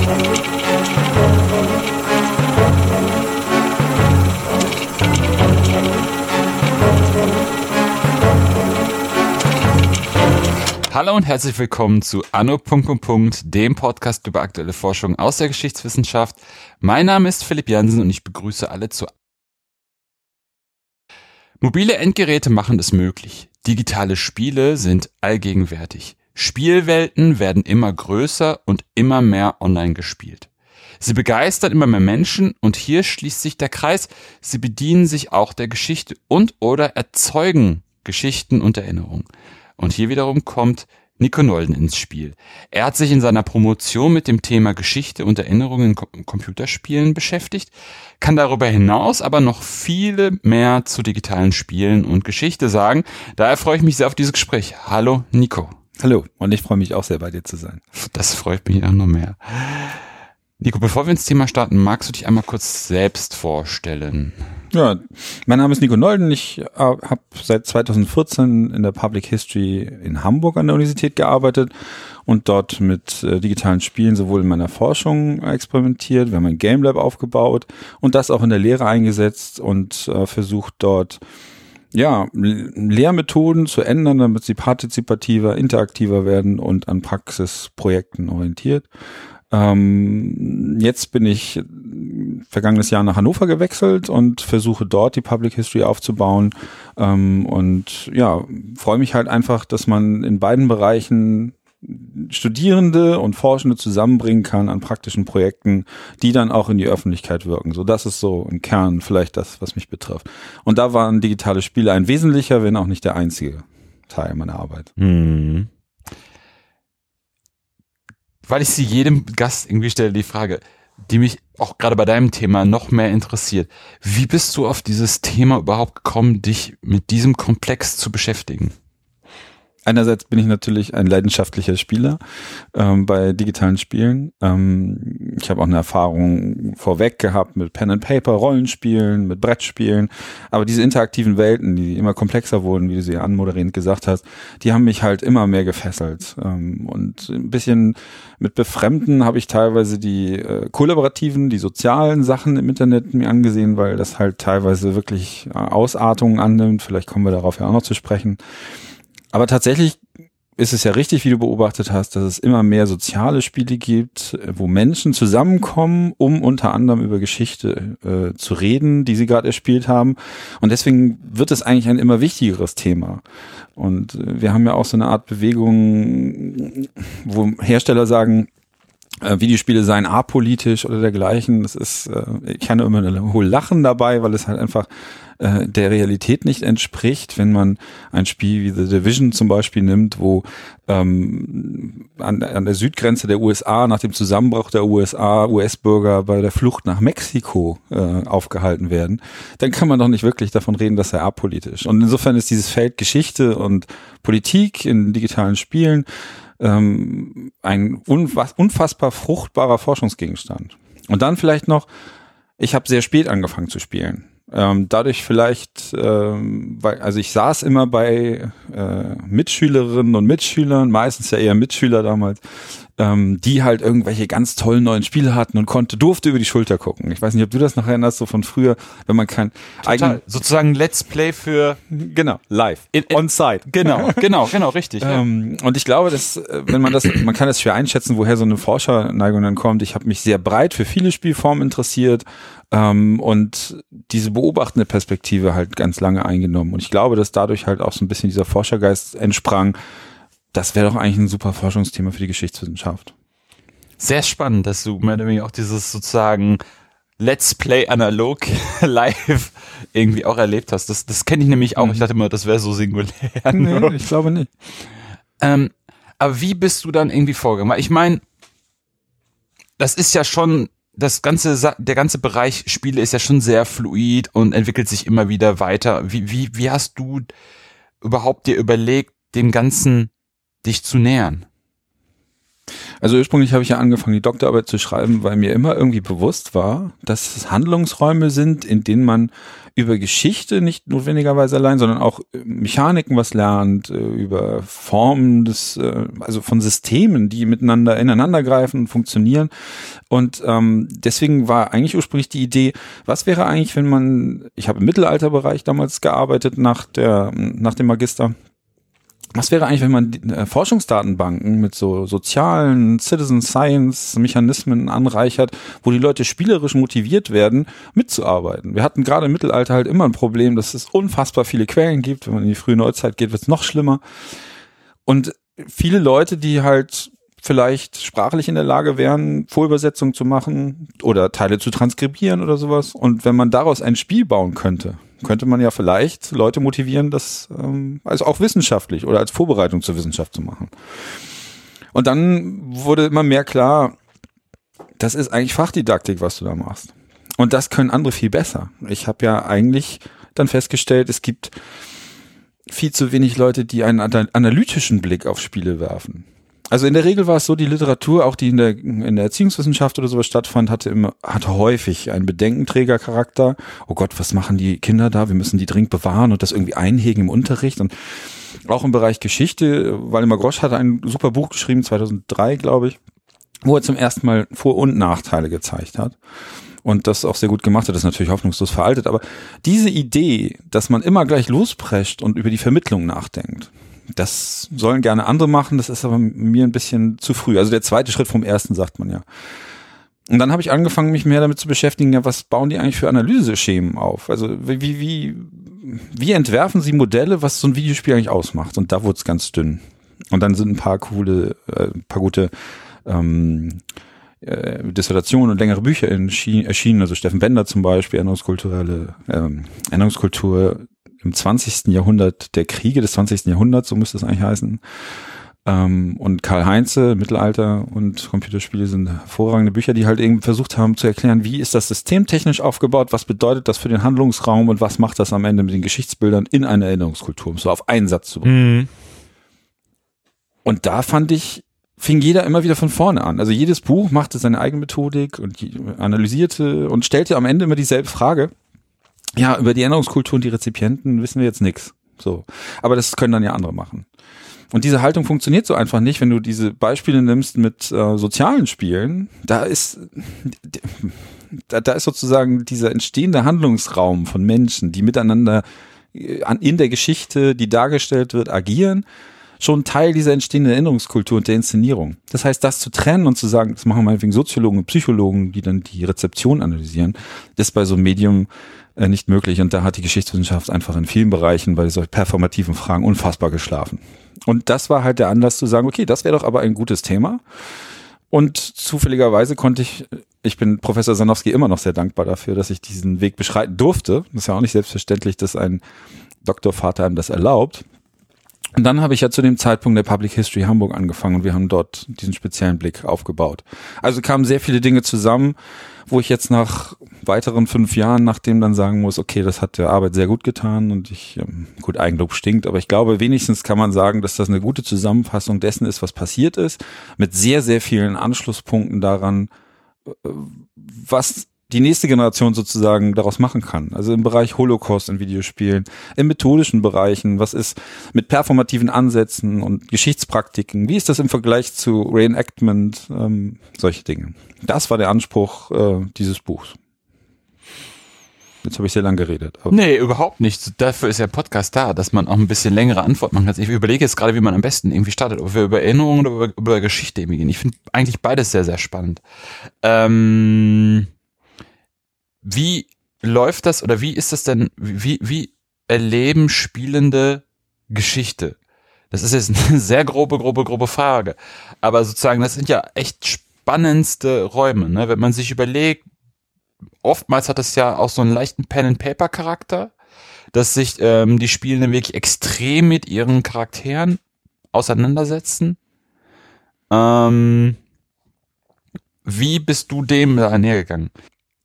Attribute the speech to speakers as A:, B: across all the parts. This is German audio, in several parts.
A: Hallo und herzlich willkommen zu Anno... dem Podcast über aktuelle Forschung aus der Geschichtswissenschaft. Mein Name ist Philipp Jansen und ich begrüße alle zu... Mobile Endgeräte machen es möglich. Digitale Spiele sind allgegenwärtig. Spielwelten werden immer größer und immer mehr online gespielt. Sie begeistern immer mehr Menschen und hier schließt sich der Kreis. Sie bedienen sich auch der Geschichte und/oder erzeugen Geschichten und Erinnerungen. Und hier wiederum kommt Nico Nolden ins Spiel. Er hat sich in seiner Promotion mit dem Thema Geschichte und Erinnerungen in Computerspielen beschäftigt, kann darüber hinaus aber noch viele mehr zu digitalen Spielen und Geschichte sagen. Daher freue ich mich sehr auf dieses Gespräch. Hallo Nico.
B: Hallo, und ich freue mich auch sehr, bei dir zu sein.
A: Das freut mich auch noch mehr. Nico, bevor wir ins Thema starten, magst du dich einmal kurz selbst vorstellen?
B: Ja, mein Name ist Nico Nolden. Ich habe seit 2014 in der Public History in Hamburg an der Universität gearbeitet und dort mit digitalen Spielen sowohl in meiner Forschung experimentiert, wir haben ein Game Lab aufgebaut und das auch in der Lehre eingesetzt und versucht dort Lehrmethoden zu ändern, damit sie partizipativer, interaktiver werden und an Praxisprojekten orientiert. Jetzt bin ich vergangenes Jahr nach Hannover gewechselt und versuche dort die Public History aufzubauen und ja, freue mich halt einfach, dass man in beiden Bereichen Studierende und Forschende zusammenbringen kann an praktischen Projekten, die dann auch in die Öffentlichkeit wirken. So, das ist so im Kern vielleicht das, was mich betrifft. Und da waren digitale Spiele ein wesentlicher, wenn auch nicht der einzige Teil meiner Arbeit.
A: Weil ich sie jedem Gast irgendwie stelle, die Frage, die mich auch gerade bei deinem Thema noch mehr interessiert. Wie bist du auf dieses Thema überhaupt gekommen, dich mit diesem Komplex zu beschäftigen?
B: Einerseits bin ich natürlich ein leidenschaftlicher Spieler bei digitalen Spielen. Ich habe auch eine Erfahrung vorweg gehabt mit Pen and Paper, Rollenspielen, mit Brettspielen. Aber diese interaktiven Welten, die immer komplexer wurden, wie du sie anmoderierend gesagt hast, die haben mich halt immer mehr gefesselt. Und ein bisschen mit Befremden habe ich teilweise die kollaborativen, die sozialen Sachen im Internet mir angesehen, weil das halt teilweise wirklich Ausartungen annimmt. Vielleicht kommen wir darauf ja auch noch zu sprechen. Aber tatsächlich ist es ja richtig, wie du beobachtet hast, dass es immer mehr soziale Spiele gibt, wo Menschen zusammenkommen, um unter anderem über Geschichte zu reden, die sie gerade erspielt haben. Und deswegen wird es eigentlich ein immer wichtigeres Thema. Und wir haben ja auch so eine Art Bewegung, wo Hersteller sagen, Videospiele seien apolitisch oder dergleichen. Das ist, ich kann immer ein hohes Lachen dabei, weil es halt einfach der Realität nicht entspricht, wenn man ein Spiel wie The Division zum Beispiel nimmt, wo an der Südgrenze der USA nach dem Zusammenbruch der USA US-Bürger bei der Flucht nach Mexiko aufgehalten werden, dann kann man doch nicht wirklich davon reden, dass er apolitisch. Und insofern ist dieses Feld Geschichte und Politik in digitalen Spielen ein unfassbar fruchtbarer Forschungsgegenstand. Und dann vielleicht noch, ich habe sehr spät angefangen zu spielen. Dadurch vielleicht, also ich saß immer bei Mitschülerinnen und Mitschülern, meistens ja eher Mitschüler damals, die halt irgendwelche ganz tollen neuen Spiele hatten und durfte über die Schulter gucken. Ich weiß nicht, ob du das noch erinnerst, so von früher, wenn man kein
A: sozusagen Let's Play für
B: live, on-site.
A: Genau, richtig. Ja.
B: Und ich glaube, dass man kann das schwer einschätzen, woher so eine Forscherneigung dann kommt. Ich habe mich sehr breit für viele Spielformen interessiert und diese beobachtende Perspektive halt ganz lange eingenommen. Und ich glaube, dass dadurch halt auch so ein bisschen dieser Forschergeist entsprang. Das wäre doch eigentlich ein super Forschungsthema für die Geschichtswissenschaft.
A: Sehr spannend, dass du mehr oder weniger auch dieses sozusagen Let's Play analog live irgendwie auch erlebt hast. Das kenne ich nämlich auch. Ich dachte immer, das wäre so singulär.
B: Nee, ich glaube nicht.
A: Aber wie bist du dann irgendwie vorgegangen? Weil ich meine, das ist ja schon der ganze Bereich Spiele ist ja schon sehr fluid und entwickelt sich immer wieder weiter. Wie hast du überhaupt dir überlegt, dem Ganzen dich zu nähern?
B: Also ursprünglich habe ich ja angefangen, die Doktorarbeit zu schreiben, weil mir immer irgendwie bewusst war, dass es Handlungsräume sind, in denen man über Geschichte nicht notwendigerweise allein, sondern auch Mechaniken was lernt, über Formen also von Systemen, die miteinander ineinander greifen und funktionieren. Und deswegen war eigentlich ursprünglich die Idee, was wäre eigentlich, ich habe im Mittelalterbereich damals gearbeitet nach dem Magister. Was wäre eigentlich, wenn man Forschungsdatenbanken mit so sozialen Citizen Science Mechanismen anreichert, wo die Leute spielerisch motiviert werden, mitzuarbeiten? Wir hatten gerade im Mittelalter halt immer ein Problem, dass es unfassbar viele Quellen gibt. Wenn man in die frühe Neuzeit geht, wird es noch schlimmer. Und viele Leute, die halt vielleicht sprachlich in der Lage wären, Vorübersetzungen zu machen oder Teile zu transkribieren oder sowas. Und wenn man daraus ein Spiel bauen könnte man ja vielleicht Leute motivieren, das also auch wissenschaftlich oder als Vorbereitung zur Wissenschaft zu machen. Und dann wurde immer mehr klar, das ist eigentlich Fachdidaktik, was du da machst. Und das können andere viel besser. Ich habe ja eigentlich dann festgestellt, es gibt viel zu wenig Leute, die einen analytischen Blick auf Spiele werfen. Also in der Regel war es so, die Literatur, auch die in der Erziehungswissenschaft oder sowas stattfand, hatte häufig einen Bedenkenträgercharakter. Oh Gott, was machen die Kinder da? Wir müssen die dringend bewahren und das irgendwie einhegen im Unterricht. Und auch im Bereich Geschichte, Waldemar Grosch hat ein super Buch geschrieben, 2003, glaube ich, wo er zum ersten Mal Vor- und Nachteile gezeigt hat. Und das auch sehr gut gemacht hat, das ist natürlich hoffnungslos veraltet. Aber diese Idee, dass man immer gleich losprescht und über die Vermittlung nachdenkt, das sollen gerne andere machen, das ist aber mir ein bisschen zu früh. Also der zweite Schritt vom ersten, sagt man ja. Und dann habe ich angefangen, mich mehr damit zu beschäftigen, ja, was bauen die eigentlich für Analyseschemen auf? Also wie entwerfen sie Modelle, was so ein Videospiel eigentlich ausmacht? Und da wurde es ganz dünn. Und dann sind ein paar gute Dissertationen und längere Bücher erschienen, also Steffen Bender zum Beispiel, Erinnerungskultur im 20. Jahrhundert der Kriege des 20. Jahrhunderts, so müsste es eigentlich heißen. Und Karl Heinze, Mittelalter und Computerspiele sind hervorragende Bücher, die halt irgendwie versucht haben zu erklären, wie ist das systemtechnisch aufgebaut, was bedeutet das für den Handlungsraum und was macht das am Ende mit den Geschichtsbildern in einer Erinnerungskultur, um so auf einen Satz zu bringen. Mhm. Und da fing jeder immer wieder von vorne an. Also jedes Buch machte seine eigene Methodik und analysierte und stellte am Ende immer dieselbe Frage. Ja, über die Erinnerungskultur und die Rezipienten wissen wir jetzt nichts. So. Aber das können dann ja andere machen. Und diese Haltung funktioniert so einfach nicht, wenn du diese Beispiele nimmst mit sozialen Spielen. Da ist sozusagen dieser entstehende Handlungsraum von Menschen, die miteinander in der Geschichte, die dargestellt wird, agieren, schon Teil dieser entstehenden Erinnerungskultur und der Inszenierung. Das heißt, das zu trennen und zu sagen, das machen meinetwegen Soziologen und Psychologen, die dann die Rezeption analysieren, das ist bei so einem Medium nicht möglich. Und da hat die Geschichtswissenschaft einfach in vielen Bereichen bei solchen performativen Fragen unfassbar geschlafen. Und das war halt der Anlass zu sagen, okay, das wäre doch aber ein gutes Thema. Und zufälligerweise ich bin Professor Sanowski immer noch sehr dankbar dafür, dass ich diesen Weg beschreiten durfte. Das ist ja auch nicht selbstverständlich, dass ein Doktorvater einem das erlaubt. Und dann habe ich ja zu dem Zeitpunkt der Public History Hamburg angefangen und wir haben dort diesen speziellen Blick aufgebaut. Also kamen sehr viele Dinge zusammen, wo ich jetzt nach weiteren 5 Jahren, nachdem dann sagen muss, okay, das hat der Arbeit sehr gut getan und gut, Eigenlob stinkt, aber ich glaube, wenigstens kann man sagen, dass das eine gute Zusammenfassung dessen ist, was passiert ist, mit sehr, sehr vielen Anschlusspunkten daran, was die nächste Generation sozusagen daraus machen kann. Also im Bereich Holocaust in Videospielen, in methodischen Bereichen, was ist mit performativen Ansätzen und Geschichtspraktiken, wie ist das im Vergleich zu Reenactment, solche Dinge. Das war der Anspruch dieses Buchs. Jetzt habe ich sehr lang geredet.
A: Nee, überhaupt nicht. Dafür ist ja Podcast da, dass man auch ein bisschen längere Antworten machen kann. Ich überlege jetzt gerade, wie man am besten irgendwie startet, ob wir über Erinnerungen oder über Geschichte irgendwie gehen. Ich finde eigentlich beides sehr, sehr spannend. Wie läuft das oder wie ist das denn, wie erleben Spielende Geschichte? Das ist jetzt eine sehr grobe Frage. Aber sozusagen, das sind ja echt spannendste Räume, ne? Wenn man sich überlegt, oftmals hat es ja auch so einen leichten Pen-and-Paper-Charakter, dass sich die Spielenden wirklich extrem mit ihren Charakteren auseinandersetzen. Wie bist du dem da näher gegangen?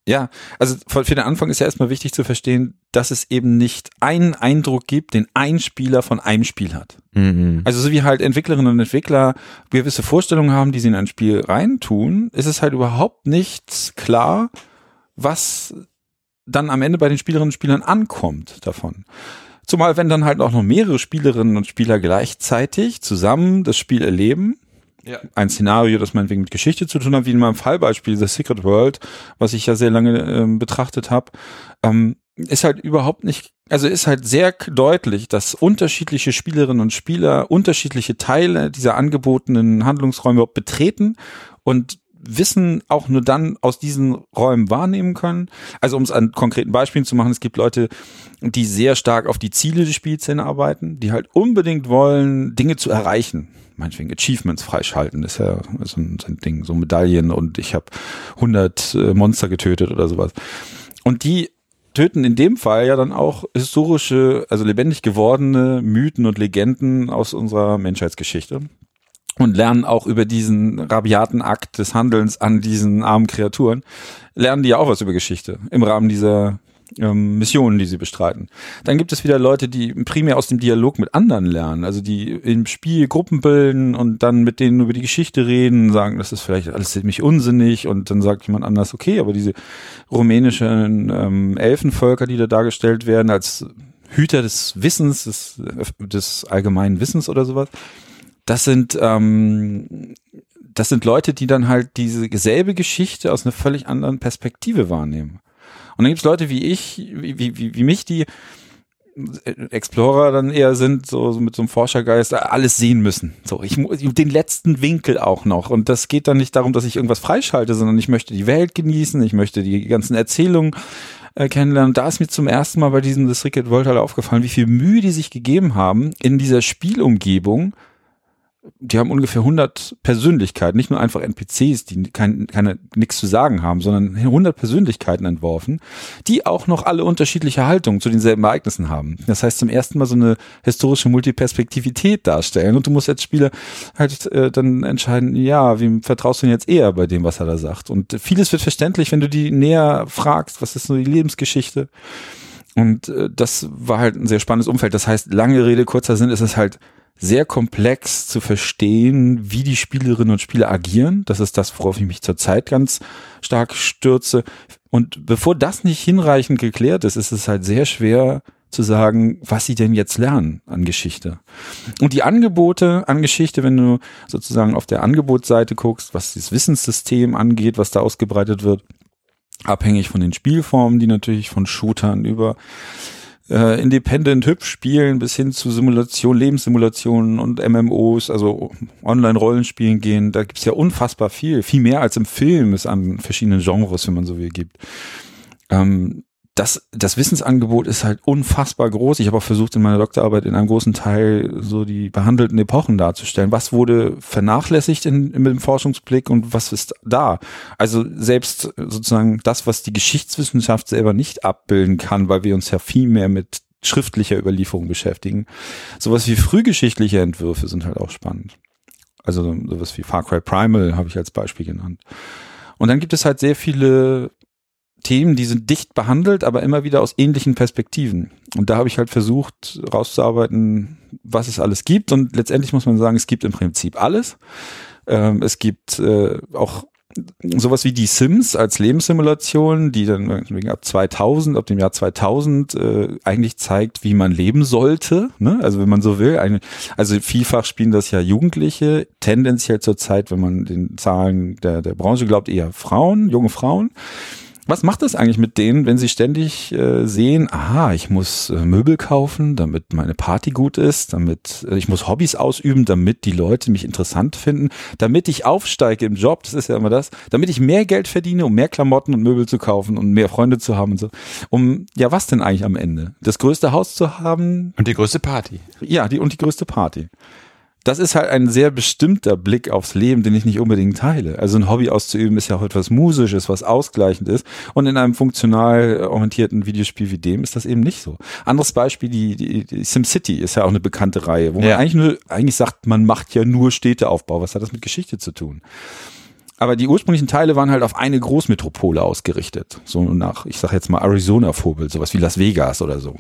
B: Ja, also für den Anfang ist ja erstmal wichtig zu verstehen, dass es eben nicht einen Eindruck gibt, den ein Spieler von einem Spiel hat.
A: Mhm.
B: Also so wie halt Entwicklerinnen und Entwickler gewisse Vorstellungen haben, die sie in ein Spiel reintun, ist es halt überhaupt nicht klar, was dann am Ende bei den Spielerinnen und Spielern ankommt davon. Zumal wenn dann halt auch noch mehrere Spielerinnen und Spieler gleichzeitig zusammen das Spiel erleben, ja. Ein Szenario, das meinetwegen mit Geschichte zu tun hat, wie in meinem Fallbeispiel The Secret World, was ich ja sehr lange betrachtet habe, ist halt überhaupt nicht, also ist halt sehr deutlich, dass unterschiedliche Spielerinnen und Spieler unterschiedliche Teile dieser angebotenen Handlungsräume überhaupt betreten und Wissen auch nur dann aus diesen Räumen wahrnehmen können. Also um es an konkreten Beispielen zu machen, es gibt Leute, die sehr stark auf die Ziele des Spiels hinarbeiten, die halt unbedingt wollen, Dinge zu erreichen. Meinetwegen Achievements freischalten, ist ja so ein Ding, so Medaillen und ich habe 100 Monster getötet oder sowas. Und die töten in dem Fall ja dann auch historische, also lebendig gewordene Mythen und Legenden aus unserer Menschheitsgeschichte und lernen auch über diesen rabiaten Akt des Handelns an diesen armen Kreaturen, lernen die ja auch was über Geschichte im Rahmen dieser Missionen, die sie bestreiten. Dann gibt es wieder Leute, die primär aus dem Dialog mit anderen lernen, also die im Spiel Gruppen bilden und dann mit denen über die Geschichte reden, sagen, das ist vielleicht alles ziemlich unsinnig und dann sagt jemand anders, okay, aber diese rumänischen Elfenvölker, die da dargestellt werden als Hüter des Wissens, des allgemeinen Wissens oder sowas, das sind Leute, die dann halt diese selbe Geschichte aus einer völlig anderen Perspektive wahrnehmen. Und dann gibt's Leute wie ich, wie mich, die Explorer dann eher sind, so mit so einem Forschergeist, alles sehen müssen. So, ich muss den letzten Winkel auch noch. Und das geht dann nicht darum, dass ich irgendwas freischalte, sondern ich möchte die Welt genießen, ich möchte die ganzen Erzählungen kennenlernen. Da ist mir zum ersten Mal bei diesem The Secret World halt aufgefallen, wie viel Mühe die sich gegeben haben in dieser Spielumgebung. Die haben ungefähr 100 Persönlichkeiten, nicht nur einfach NPCs, die nichts zu sagen haben, sondern 100 Persönlichkeiten entworfen, die auch noch alle unterschiedliche Haltungen zu denselben Ereignissen haben. Das heißt, zum ersten Mal so eine historische Multiperspektivität darstellen und du musst als Spieler halt dann entscheiden, ja, wem vertraust du denn jetzt eher bei dem, was er da sagt? Und vieles wird verständlich, wenn du die näher fragst, was ist so die Lebensgeschichte? Und das war halt ein sehr spannendes Umfeld. Das heißt, lange Rede, kurzer Sinn, ist es halt sehr komplex zu verstehen, wie die Spielerinnen und Spieler agieren. Das ist das, worauf ich mich zurzeit ganz stark stürze. Und bevor das nicht hinreichend geklärt ist, ist es halt sehr schwer zu sagen, was sie denn jetzt lernen an Geschichte. Und die Angebote an Geschichte, wenn du sozusagen auf der Angebotsseite guckst, was das Wissenssystem angeht, was da ausgebreitet wird, abhängig von den Spielformen, die natürlich von Shootern über Independent-Hübsch-Spielen bis hin zu Simulation, Lebenssimulationen und MMOs, also Online-Rollenspielen gehen, da gibt's ja unfassbar viel mehr als im Film es an verschiedenen Genres, wenn man so will, gibt. Das Wissensangebot ist halt unfassbar groß. Ich habe auch versucht, in meiner Doktorarbeit in einem großen Teil so die behandelten Epochen darzustellen. Was wurde vernachlässigt mit dem Forschungsblick und was ist da? Also selbst sozusagen das, was die Geschichtswissenschaft selber nicht abbilden kann, weil wir uns ja viel mehr mit schriftlicher Überlieferung beschäftigen. Sowas wie frühgeschichtliche Entwürfe sind halt auch spannend. Also sowas wie Far Cry Primal habe ich als Beispiel genannt. Und dann gibt es halt sehr viele Themen, die sind dicht behandelt, aber immer wieder aus ähnlichen Perspektiven. Und da habe ich halt versucht rauszuarbeiten, was es alles gibt. Und letztendlich muss man sagen, es gibt im Prinzip alles. Es gibt auch sowas wie die Sims als Lebenssimulation, die dann ab dem Jahr 2000 eigentlich zeigt, wie man leben sollte, ne? Also wenn man so will. Also vielfach spielen das ja Jugendliche, tendenziell zur Zeit, wenn man den Zahlen der Branche glaubt, eher Frauen, junge Frauen. Was macht das eigentlich mit denen, wenn sie ständig sehen, aha, ich muss Möbel kaufen, damit meine Party gut ist, damit ich muss Hobbys ausüben, damit die Leute mich interessant finden, damit ich aufsteige im Job, das ist ja immer das, damit ich mehr Geld verdiene, um mehr Klamotten und Möbel zu kaufen und mehr Freunde zu haben und so. Ja, was denn eigentlich am Ende? Das größte Haus zu haben?
A: Und die größte Party.
B: Ja, die größte Party. Das ist halt ein sehr bestimmter Blick aufs Leben, den ich nicht unbedingt teile. Also ein Hobby auszuüben ist ja auch etwas Musisches, was ausgleichend ist. Und in einem funktional orientierten Videospiel wie dem ist das eben nicht so. Anderes Beispiel, die SimCity ist ja auch eine bekannte Reihe, wo man eigentlich sagt, man macht ja nur Städteaufbau. Was hat das mit Geschichte zu tun? Aber die ursprünglichen Teile waren halt auf eine Großmetropole ausgerichtet. So nach, ich sag jetzt mal Arizona-Vorbild, sowas wie Las Vegas oder so.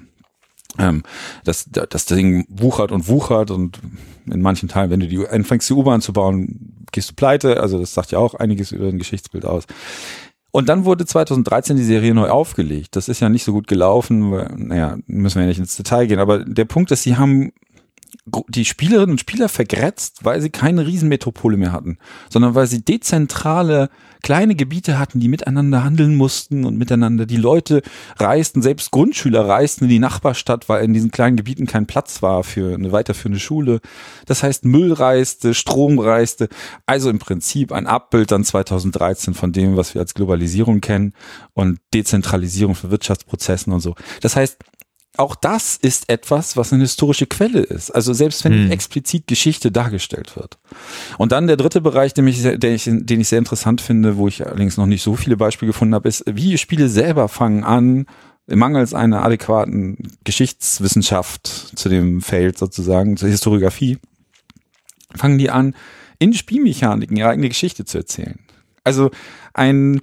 B: Das Ding wuchert und in manchen Teilen, wenn du anfängst, die U-Bahn zu bauen, gehst du pleite. Also das sagt ja auch einiges über ein Geschichtsbild aus. Und dann wurde 2013 die Serie neu aufgelegt. Das ist ja nicht so gut gelaufen, weil, müssen wir ja nicht ins Detail gehen. Aber der Punkt ist, sie haben die Spielerinnen und Spieler vergrätzt, weil sie keine Riesenmetropole mehr hatten, sondern weil sie dezentrale kleine Gebiete hatten, die miteinander handeln mussten und miteinander die Leute reisten, selbst Grundschüler reisten in die Nachbarstadt, weil in diesen kleinen Gebieten kein Platz war für eine weiterführende Schule. Das heißt, Müll reiste, Strom reiste, also im Prinzip ein Abbild dann 2013 von dem, was wir als Globalisierung kennen und Dezentralisierung von Wirtschaftsprozessen und so. Das heißt, auch das ist etwas, was eine historische Quelle ist. Also selbst wenn nicht explizit Geschichte dargestellt wird. Und dann der dritte Bereich, den ich sehr interessant finde, wo ich allerdings noch nicht so viele Beispiele gefunden habe, ist, Videospiele selber fangen an, mangels einer adäquaten Geschichtswissenschaft zu dem Feld sozusagen, zur Historiografie, fangen die an, in Spielmechaniken ihre eigene Geschichte zu erzählen. Also ein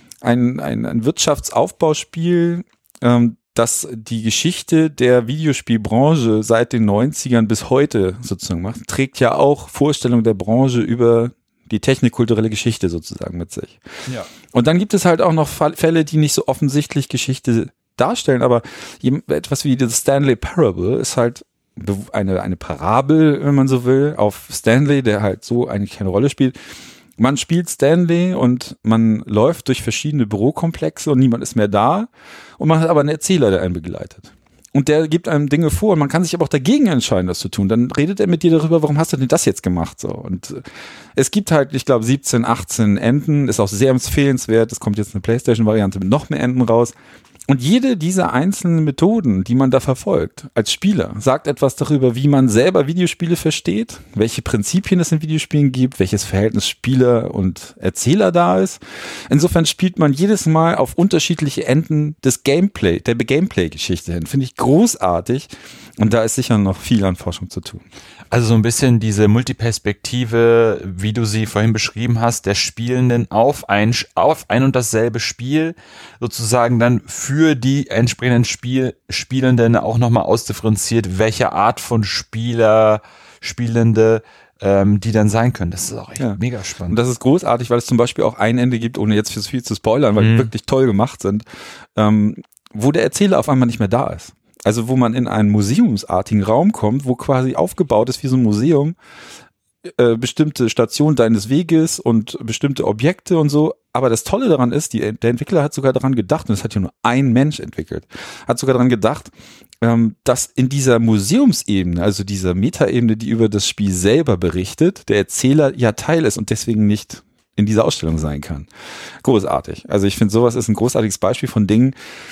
B: Wirtschaftsaufbauspiel, das die Geschichte der Videospielbranche seit den 90ern bis heute sozusagen macht, trägt ja auch Vorstellungen der Branche über die technikkulturelle Geschichte sozusagen mit sich. Ja. Und dann gibt es halt auch noch Fälle, die nicht so offensichtlich Geschichte darstellen, aber etwas wie das Stanley Parable ist halt eine Parabel, wenn man so will, auf Stanley, der halt so eigentlich keine Rolle spielt. Man spielt Stanley und man läuft durch verschiedene Bürokomplexe und niemand ist mehr da. Und man hat aber einen Erzähler, der einen begleitet. Und der gibt einem Dinge vor und man kann sich aber auch dagegen entscheiden, das zu tun. Dann redet er mit dir darüber, warum hast du denn das jetzt gemacht? So. Und es gibt halt, ich glaube, 17, 18 Enden. Ist auch sehr empfehlenswert. Es kommt jetzt eine PlayStation-Variante mit noch mehr Enden raus. Und jede dieser einzelnen Methoden, die man da verfolgt, als Spieler, sagt etwas darüber, wie man selber Videospiele versteht, welche Prinzipien es in Videospielen gibt, welches Verhältnis Spieler und Erzähler da ist. Insofern spielt man jedes Mal auf unterschiedliche Enden der Gameplay-Geschichte hin. Finde ich großartig. Und da ist sicher noch viel an Forschung zu tun.
A: Also so ein bisschen diese Multiperspektive, wie du sie vorhin beschrieben hast, der Spielenden auf ein und dasselbe Spiel sozusagen dann für die entsprechenden Spielenden auch nochmal ausdifferenziert, welche Art von Spielende die dann sein können. Das ist auch echt mega spannend.
B: Und das ist großartig, weil es zum Beispiel auch ein Ende gibt, ohne jetzt viel zu spoilern, weil die wirklich toll gemacht sind, wo der Erzähler auf einmal nicht mehr da ist. Also wo man in einen museumsartigen Raum kommt, wo quasi aufgebaut ist wie so ein Museum, bestimmte Stationen deines Weges und bestimmte Objekte und so. Aber das Tolle daran ist, der Entwickler hat sogar daran gedacht, und das hat ja nur ein Mensch entwickelt, hat sogar daran gedacht, dass in dieser Museumsebene, also dieser Metaebene, die über das Spiel selber berichtet, der Erzähler ja Teil ist und deswegen nicht in dieser Ausstellung sein kann. Großartig. Also ich finde, sowas ist ein großartiges Beispiel von Dingen,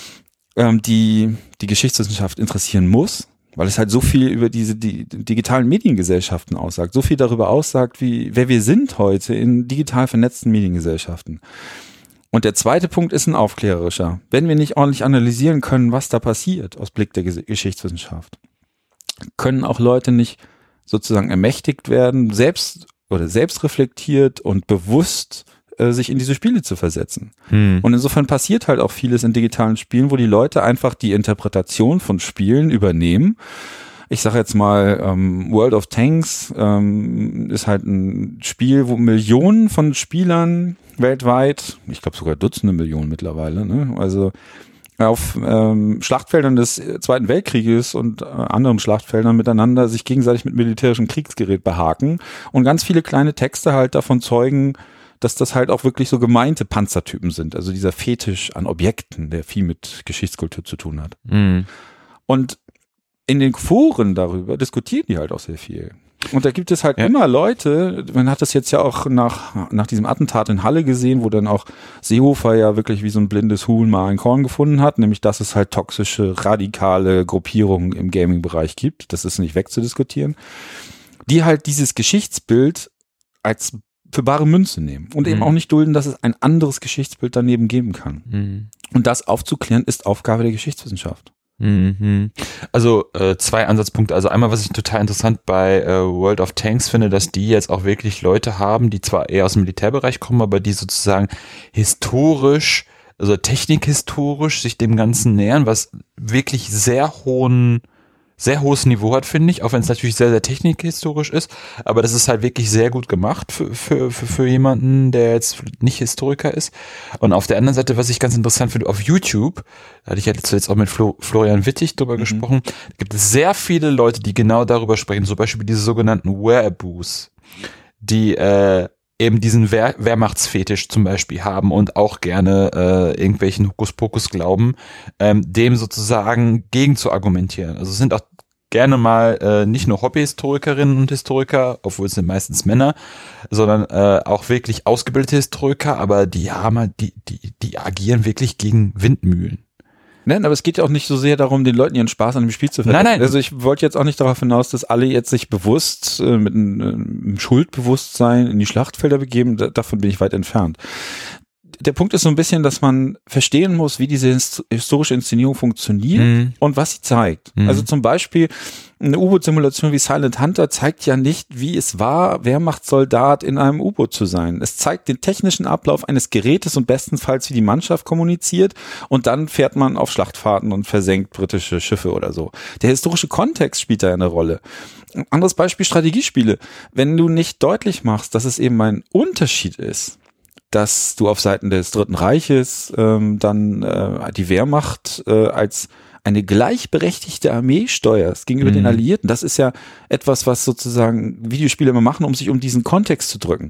B: die Geschichtswissenschaft interessieren muss, weil es halt so viel über die digitalen Mediengesellschaften aussagt, so viel darüber aussagt, wer wir sind heute in digital vernetzten Mediengesellschaften. Und der zweite Punkt ist ein aufklärerischer. Wenn wir nicht ordentlich analysieren können, was da passiert aus Blick der Geschichtswissenschaft, können auch Leute nicht sozusagen ermächtigt werden, selbst reflektiert und bewusst sich in diese Spiele zu versetzen. Und insofern passiert halt auch vieles in digitalen Spielen, wo die Leute einfach die Interpretation von Spielen übernehmen. Ich sage jetzt mal, World of Tanks ist halt ein Spiel, wo Millionen von Spielern weltweit, ich glaube sogar Dutzende Millionen mittlerweile, ne? Also auf Schlachtfeldern des Zweiten Weltkrieges und anderen Schlachtfeldern miteinander sich gegenseitig mit militärischem Kriegsgerät behaken und ganz viele kleine Texte halt davon zeugen, dass das halt auch wirklich so gemeinte Panzertypen sind. Also dieser Fetisch an Objekten, der viel mit Geschichtskultur zu tun hat. Und in den Foren darüber diskutieren die halt auch sehr viel. Und da gibt es halt immer Leute, man hat das jetzt ja auch nach diesem Attentat in Halle gesehen, wo dann auch Seehofer ja wirklich wie so ein blindes Huhn mal ein Korn gefunden hat, nämlich dass es halt toxische, radikale Gruppierungen im Gaming-Bereich gibt. Das ist nicht wegzudiskutieren. Die halt dieses Geschichtsbild als für bare Münze nehmen und eben auch nicht dulden, dass es ein anderes Geschichtsbild daneben geben kann. Und das aufzuklären ist Aufgabe der Geschichtswissenschaft.
A: Mhm. Also 2 Ansatzpunkte. Also einmal, was ich total interessant bei World of Tanks finde, dass die jetzt auch wirklich Leute haben, die zwar eher aus dem Militärbereich kommen, aber die sozusagen historisch, also technikhistorisch sich dem Ganzen nähern, was wirklich sehr hohes Niveau hat, finde ich, auch wenn es natürlich sehr, sehr technikhistorisch ist, aber das ist halt wirklich sehr gut gemacht für jemanden, der jetzt nicht Historiker ist. Und auf der anderen Seite, was ich ganz interessant finde, auf YouTube, da hatte ich ja jetzt auch mit Florian Wittig drüber gesprochen, gibt es sehr viele Leute, die genau darüber sprechen, zum Beispiel diese sogenannten Wereaboos, die eben diesen Wehrmachtsfetisch zum Beispiel haben und auch gerne irgendwelchen Hokuspokus glauben, dem sozusagen gegen zu argumentieren. Also es sind auch gerne mal nicht nur Hobbyhistorikerinnen und Historiker, obwohl es sind meistens Männer, sondern auch wirklich ausgebildete Historiker, aber die haben halt, die agieren wirklich gegen Windmühlen.
B: Nein, aber es geht ja auch nicht so sehr darum, den Leuten ihren Spaß an dem Spiel zu verderben.
A: Nein.
B: Also ich wollte jetzt auch nicht darauf hinaus, dass alle jetzt sich bewusst mit einem Schuldbewusstsein in die Schlachtfelder begeben. Davon bin ich weit entfernt. Der Punkt ist so ein bisschen, dass man verstehen muss, wie diese historische Inszenierung funktioniert und was sie zeigt. Also zum Beispiel eine U-Boot-Simulation wie Silent Hunter zeigt ja nicht, wie es war, Wehrmachtssoldat in einem U-Boot zu sein. Es zeigt den technischen Ablauf eines Gerätes und bestenfalls, wie die Mannschaft kommuniziert, und dann fährt man auf Schlachtfahrten und versenkt britische Schiffe oder so. Der historische Kontext spielt da eine Rolle. Ein anderes Beispiel, Strategiespiele. Wenn du nicht deutlich machst, dass es eben ein Unterschied ist, dass du auf Seiten des Dritten Reiches dann die Wehrmacht als eine gleichberechtigte Armee steuerst gegenüber den Alliierten. Das ist ja etwas, was sozusagen Videospiele immer machen, um sich um diesen Kontext zu drücken.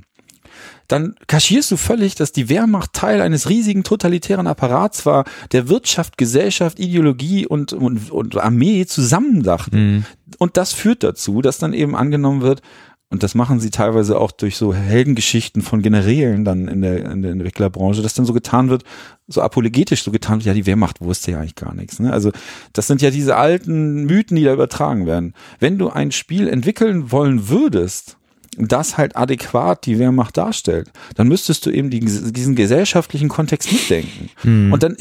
B: Dann kaschierst du völlig, dass die Wehrmacht Teil eines riesigen totalitären Apparats war, der Wirtschaft, Gesellschaft, Ideologie und Armee zusammendachte. Und das führt dazu, dass dann eben angenommen wird, und das machen sie teilweise auch durch so Heldengeschichten von Generälen dann in der Entwicklerbranche, dass dann so getan wird, so apologetisch so getan wird, ja, die Wehrmacht wusste ja eigentlich gar nichts. Ne? Also das sind ja diese alten Mythen, die da übertragen werden. Wenn du ein Spiel entwickeln wollen würdest, das halt adäquat die Wehrmacht darstellt, dann müsstest du eben diesen gesellschaftlichen Kontext mitdenken. Und dann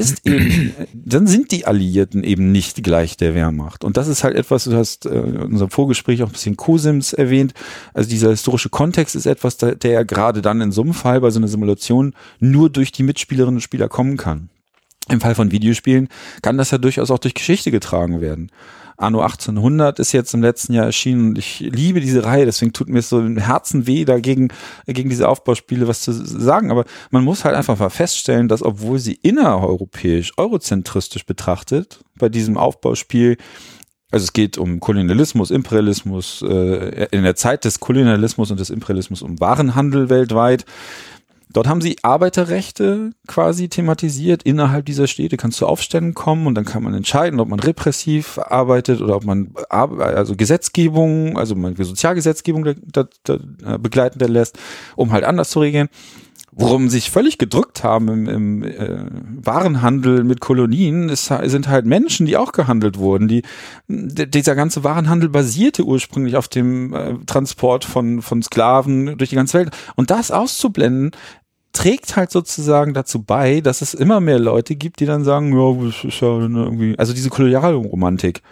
B: dann sind die Alliierten eben nicht gleich der Wehrmacht. Und das ist halt etwas, du hast in unserem Vorgespräch auch ein bisschen Cosims erwähnt, also dieser historische Kontext ist etwas, der ja gerade dann in so einem Fall bei so einer Simulation nur durch die Mitspielerinnen und Spieler kommen kann. Im Fall von Videospielen kann das ja durchaus auch durch Geschichte getragen werden. Anno 1800 ist jetzt im letzten Jahr erschienen und ich liebe diese Reihe, deswegen tut mir es so im Herzen weh, gegen diese Aufbauspiele was zu sagen, aber man muss halt einfach mal feststellen, dass obwohl sie innereuropäisch, eurozentristisch betrachtet, bei diesem Aufbauspiel, also es geht um Kolonialismus, Imperialismus, in der Zeit des Kolonialismus und des Imperialismus um Warenhandel weltweit. Dort haben sie Arbeiterrechte quasi thematisiert. Innerhalb dieser Städte kannst du Aufständen kommen und dann kann man entscheiden, ob man repressiv arbeitet oder ob man also Gesetzgebung, also man Sozialgesetzgebung begleitend lässt, um halt anders zu regeln. Worum sich völlig gedrückt haben im Warenhandel mit Kolonien, sind halt Menschen, die auch gehandelt wurden. Dieser ganze Warenhandel basierte ursprünglich auf dem Transport von Sklaven durch die ganze Welt. Und das auszublenden, trägt halt sozusagen dazu bei, dass es immer mehr Leute gibt, die dann sagen, ja, das ist ja irgendwie, also diese Kolonialromantik.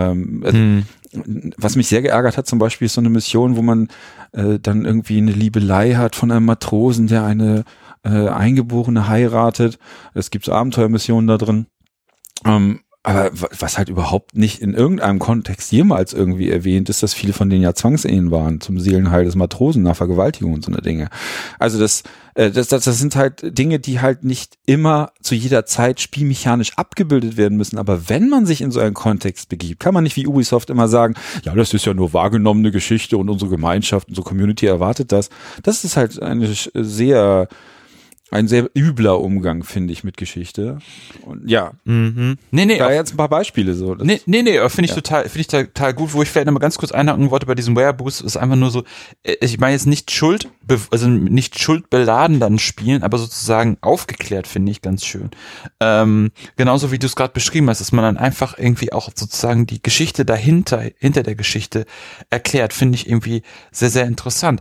B: Was mich sehr geärgert hat zum Beispiel ist so eine Mission, wo man dann irgendwie eine Liebelei hat von einem Matrosen, der eine Eingeborene heiratet. Es gibt so Abenteuermissionen da drin. Aber was halt überhaupt nicht in irgendeinem Kontext jemals irgendwie erwähnt ist, dass viele von denen ja Zwangsehen waren zum Seelenheil des Matrosen nach Vergewaltigung und so eine Dinge. Also das sind halt Dinge, die halt nicht immer zu jeder Zeit spielmechanisch abgebildet werden müssen. Aber wenn man sich in so einen Kontext begibt, kann man nicht wie Ubisoft immer sagen, ja, das ist ja nur wahrgenommene Geschichte und unsere Gemeinschaft, unsere Community erwartet das. Das ist halt ein sehr übler Umgang, finde ich, mit Geschichte. Und ja.
A: Nee.
B: Da jetzt ein paar Beispiele so.
A: Nee, finde ich total gut, wo ich vielleicht nochmal ganz kurz einhaken wollte bei diesem Wereaboost, ist einfach nur so, ich meine jetzt nicht nicht schuldbeladen dann spielen, aber sozusagen aufgeklärt, finde ich ganz schön. Genauso wie du es gerade beschrieben hast, dass man dann einfach irgendwie auch sozusagen die Geschichte hinter der Geschichte erklärt, finde ich irgendwie sehr, sehr interessant.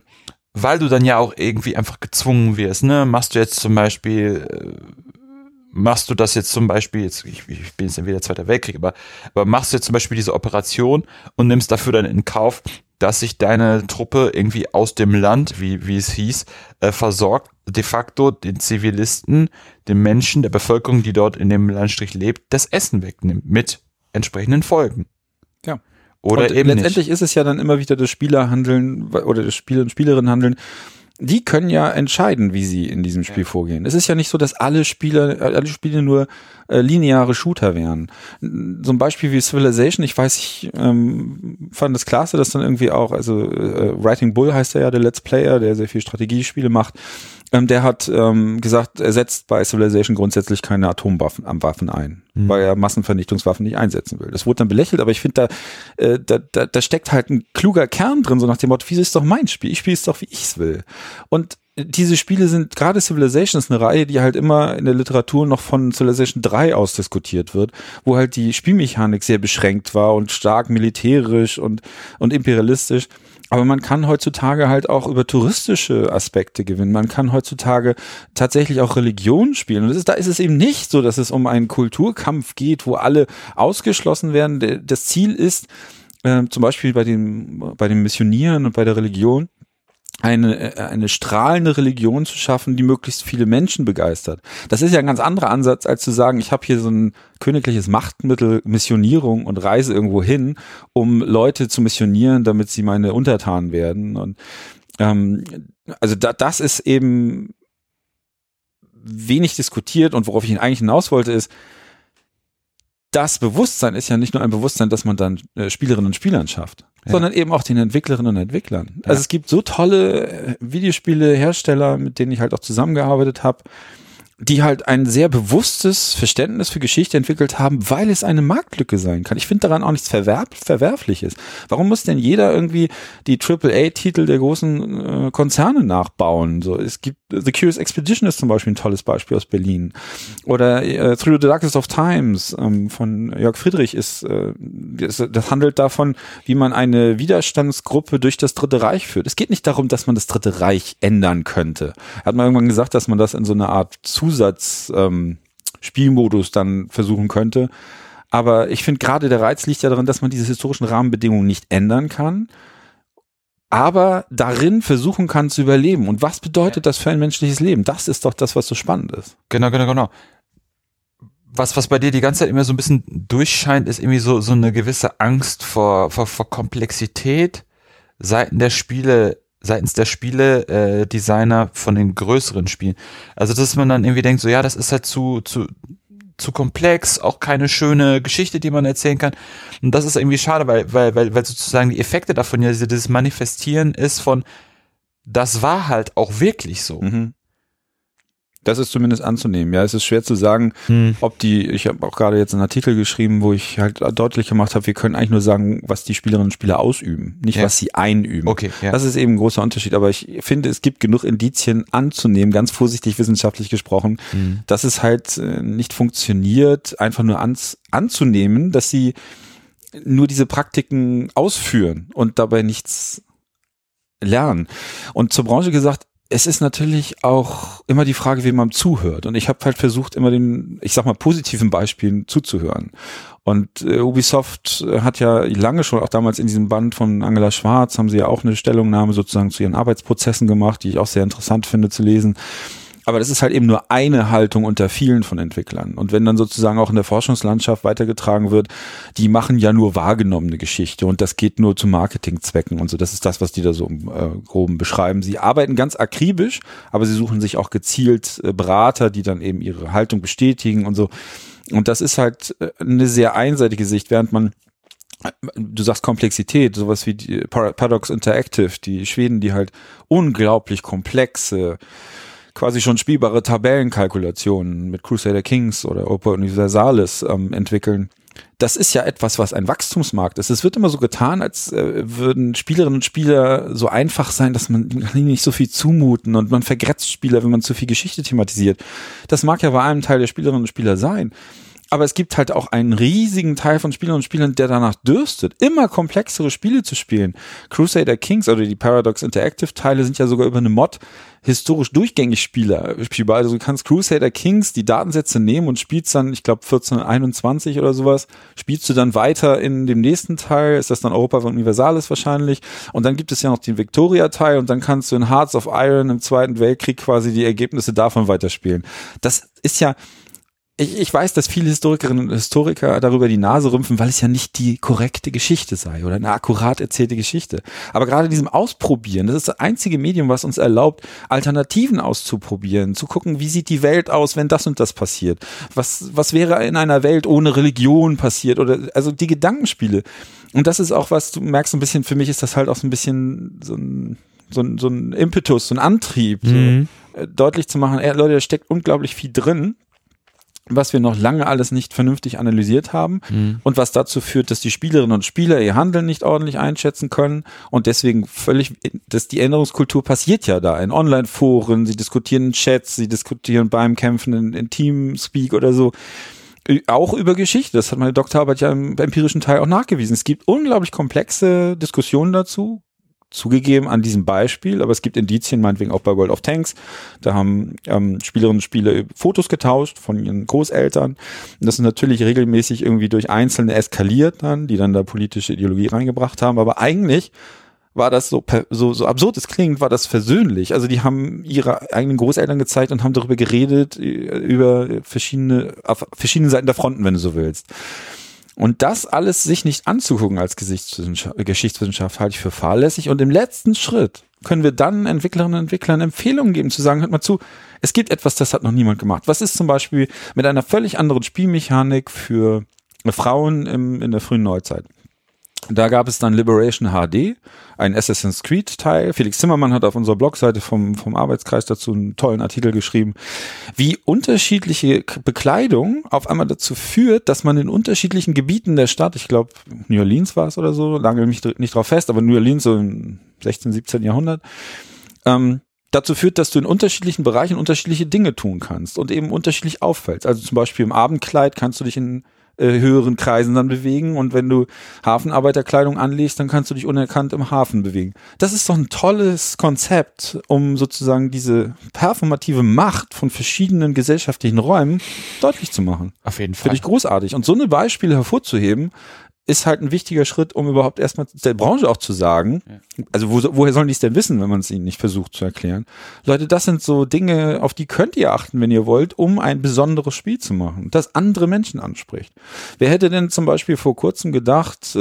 A: Weil du dann ja auch irgendwie einfach gezwungen wirst, ne? Machst du jetzt zum Beispiel machst du das jetzt zum Beispiel, ich bin jetzt entweder Zweiter Weltkrieg, aber machst du jetzt zum Beispiel diese Operation und nimmst dafür dann in Kauf, dass sich deine Truppe irgendwie aus dem Land, wie es hieß, versorgt, de facto den Zivilisten, den Menschen, der Bevölkerung, die dort in dem Landstrich lebt, das Essen wegnimmt, mit entsprechenden Folgen.
B: Ja.
A: Oder
B: und
A: eben
B: letztendlich
A: nicht.
B: ist es ja dann immer wieder das Spielerhandeln oder das Spieler und Spielerinnen handeln. Die können ja entscheiden, wie sie in diesem Spiel vorgehen. Es ist ja nicht so, dass alle Spiele nur lineare Shooter wären. So ein Beispiel wie Civilization, ich weiß, ich fand das klasse, dass dann irgendwie auch, also Writing Bull heißt er ja, der Let's Player, der sehr viel Strategiespiele macht, der hat gesagt, er setzt bei Civilization grundsätzlich keine Atomwaffen ein, weil er Massenvernichtungswaffen nicht einsetzen will. Das wurde dann belächelt, aber ich finde, da steckt halt ein kluger Kern drin, so nach dem Motto, wieso ist doch mein Spiel? Ich spiele es doch, wie ich es will. Und diese Spiele sind, gerade Civilization ist eine Reihe, die halt immer in der Literatur noch von Civilization 3 aus diskutiert wird, wo halt die Spielmechanik sehr beschränkt war und stark militärisch und imperialistisch. Aber man kann heutzutage halt auch über touristische Aspekte gewinnen. Man kann heutzutage tatsächlich auch Religion spielen. Und da ist es eben nicht so, dass es um einen Kulturkampf geht, wo alle ausgeschlossen werden. Das Ziel ist, zum Beispiel bei den Missionieren und bei der Religion, eine strahlende Religion zu schaffen, die möglichst viele Menschen begeistert. Das ist ja ein ganz anderer Ansatz, als zu sagen, ich habe hier so ein königliches Machtmittel, Missionierung und reise irgendwo hin, um Leute zu missionieren, damit sie meine Untertanen werden. Und also das ist eben wenig diskutiert, und worauf ich eigentlich hinaus wollte, ist, das Bewusstsein ist ja nicht nur ein Bewusstsein, dass man dann Spielerinnen und Spielern schafft, sondern eben auch den Entwicklerinnen und Entwicklern. Ja. Also es gibt so tolle Videospielehersteller, mit denen ich halt auch zusammengearbeitet habe, die halt ein sehr bewusstes Verständnis für Geschichte entwickelt haben, weil es eine Marktlücke sein kann. Ich finde daran auch nichts Verwerfliches. Warum muss denn jeder irgendwie die AAA-Titel der großen Konzerne nachbauen? So, es gibt The Curious Expedition ist zum Beispiel ein tolles Beispiel aus Berlin. Oder Through the Darkest of Times von Jörg Friedrich das handelt davon, wie man eine Widerstandsgruppe durch das Dritte Reich führt. Es geht nicht darum, dass man das Dritte Reich ändern könnte. Hat man irgendwann gesagt, dass man das in so eine Art Spielmodus dann versuchen könnte. Aber ich finde gerade der Reiz liegt ja darin, dass man diese historischen Rahmenbedingungen nicht ändern kann, aber darin versuchen kann zu überleben. Und was bedeutet das für ein menschliches Leben? Das ist doch das, was so spannend ist.
A: Genau. Was bei dir die ganze Zeit immer so ein bisschen durchscheint, ist irgendwie so eine gewisse Angst vor Komplexität seitens der Spiele-Designer von den größeren Spielen. Also, dass man dann irgendwie denkt, so, ja, das ist halt zu komplex, auch keine schöne Geschichte, die man erzählen kann. Und das ist irgendwie schade, weil sozusagen die Effekte davon ja dieses Manifestieren ist von, das war halt auch wirklich so.
B: Mhm. Das ist zumindest anzunehmen. Ja, es ist schwer zu sagen, ich habe auch gerade jetzt einen Artikel geschrieben, wo ich halt deutlich gemacht habe, wir können eigentlich nur sagen, was die Spielerinnen und Spieler ausüben, nicht was sie einüben.
A: Okay, ja.
B: Das ist eben ein großer Unterschied. Aber ich finde, es gibt genug Indizien anzunehmen, ganz vorsichtig wissenschaftlich gesprochen, dass es halt nicht funktioniert, einfach nur anzunehmen, dass sie nur diese Praktiken ausführen und dabei nichts lernen. Und zur Branche gesagt, es ist natürlich auch immer die Frage, wem man zuhört. Und ich habe halt versucht, immer den, ich sag mal, positiven Beispielen zuzuhören. Und Ubisoft hat ja lange schon, auch damals in diesem Band von Angela Schwarz, haben sie ja auch eine Stellungnahme sozusagen zu ihren Arbeitsprozessen gemacht, die ich auch sehr interessant finde zu lesen. Aber das ist halt eben nur eine Haltung unter vielen von Entwicklern. Und wenn dann sozusagen auch in der Forschungslandschaft weitergetragen wird, die machen ja nur wahrgenommene Geschichte und das geht nur zu Marketingzwecken und so. Das ist das, was die da so im Groben beschreiben. Sie arbeiten ganz akribisch, aber sie suchen sich auch gezielt Berater, die dann eben ihre Haltung bestätigen und so. Und das ist halt eine sehr einseitige Sicht, während man, du sagst Komplexität, sowas wie die Paradox Interactive, die Schweden, die halt unglaublich komplexe, quasi schon spielbare Tabellenkalkulationen mit Crusader Kings oder Oper Universalis entwickeln. Das ist ja etwas, was ein Wachstumsmarkt ist. Es wird immer so getan, als würden Spielerinnen und Spieler so einfach sein, dass man ihnen nicht so viel zumuten und man vergrätzt Spieler, wenn man zu viel Geschichte thematisiert. Das mag ja bei einem Teil der Spielerinnen und Spieler sein. Aber es gibt halt auch einen riesigen Teil von Spielern und Spielern, der danach dürstet, immer komplexere Spiele zu spielen. Crusader Kings oder die Paradox Interactive Teile sind ja sogar über eine Mod historisch durchgängig spielbar. Also du kannst Crusader Kings die Datensätze nehmen und spielst dann, ich glaube 1421 oder sowas, spielst du dann weiter in dem nächsten Teil, ist das dann Europa Universalis wahrscheinlich, und dann gibt es ja noch den Victoria-Teil und dann kannst du in Hearts of Iron im Zweiten Weltkrieg quasi die Ergebnisse davon weiterspielen. Das ist ja, ich weiß, dass viele Historikerinnen und Historiker darüber die Nase rümpfen, weil es ja nicht die korrekte Geschichte sei oder eine akkurat erzählte Geschichte. Aber gerade diesem Ausprobieren, das ist das einzige Medium, was uns erlaubt, Alternativen auszuprobieren, zu gucken, wie sieht die Welt aus, wenn das und das passiert. Was wäre in einer Welt ohne Religion passiert, oder also die Gedankenspiele. Und das ist auch was, du merkst ein bisschen, für mich ist das halt auch so ein bisschen so ein Impetus, so ein Antrieb, so, deutlich zu machen, Leute, da steckt unglaublich viel drin, was wir noch lange alles nicht vernünftig analysiert haben und was dazu führt, dass die Spielerinnen und Spieler ihr Handeln nicht ordentlich einschätzen können und deswegen die Änderungskultur passiert ja da in Online-Foren, sie diskutieren in Chats, sie diskutieren beim Kämpfen in Teamspeak oder so, auch über Geschichte. Das hat meine Doktorarbeit ja im empirischen Teil auch nachgewiesen. Es gibt unglaublich komplexe Diskussionen dazu, zugegeben an diesem Beispiel, aber es gibt Indizien, meinetwegen auch bei World of Tanks. Da haben Spielerinnen und Spieler Fotos getauscht von ihren Großeltern. Und das ist natürlich regelmäßig irgendwie durch Einzelne eskaliert dann, die dann da politische Ideologie reingebracht haben. Aber eigentlich war das so absurd es klingt, war das versöhnlich. Also die haben ihre eigenen Großeltern gezeigt und haben darüber geredet, über auf verschiedenen Seiten der Fronten, wenn du so willst. Und das alles sich nicht anzugucken als Geschichtswissenschaft halte ich für fahrlässig. Und im letzten Schritt können wir dann Entwicklerinnen und Entwicklern Empfehlungen geben, zu sagen, hört mal zu, es gibt etwas, das hat noch niemand gemacht. Was ist zum Beispiel mit einer völlig anderen Spielmechanik für Frauen in der frühen Neuzeit? Da gab es dann Liberation HD, ein Assassin's Creed Teil. Felix Zimmermann hat auf unserer Blogseite vom Arbeitskreis dazu einen tollen Artikel geschrieben, wie unterschiedliche Bekleidung auf einmal dazu führt, dass man in unterschiedlichen Gebieten der Stadt, ich glaube New Orleans war es oder so, lage mich nicht drauf fest, aber New Orleans so im 16., 17. Jahrhundert, dazu führt, dass du in unterschiedlichen Bereichen unterschiedliche Dinge tun kannst und eben unterschiedlich auffällst. Also zum Beispiel im Abendkleid kannst du dich in höheren Kreisen dann bewegen und wenn du Hafenarbeiterkleidung anlegst, dann kannst du dich unerkannt im Hafen bewegen. Das ist doch ein tolles Konzept, um sozusagen diese performative Macht von verschiedenen gesellschaftlichen Räumen deutlich zu machen.
A: Auf jeden Fall.
B: Finde ich großartig. Und so eine Beispiele hervorzuheben, ist halt ein wichtiger Schritt, um überhaupt erstmal der Branche auch zu sagen, also woher sollen die es denn wissen, wenn man es ihnen nicht versucht zu erklären? Leute, das sind so Dinge, auf die könnt ihr achten, wenn ihr wollt, um ein besonderes Spiel zu machen, das andere Menschen anspricht. Wer hätte denn zum Beispiel vor kurzem gedacht,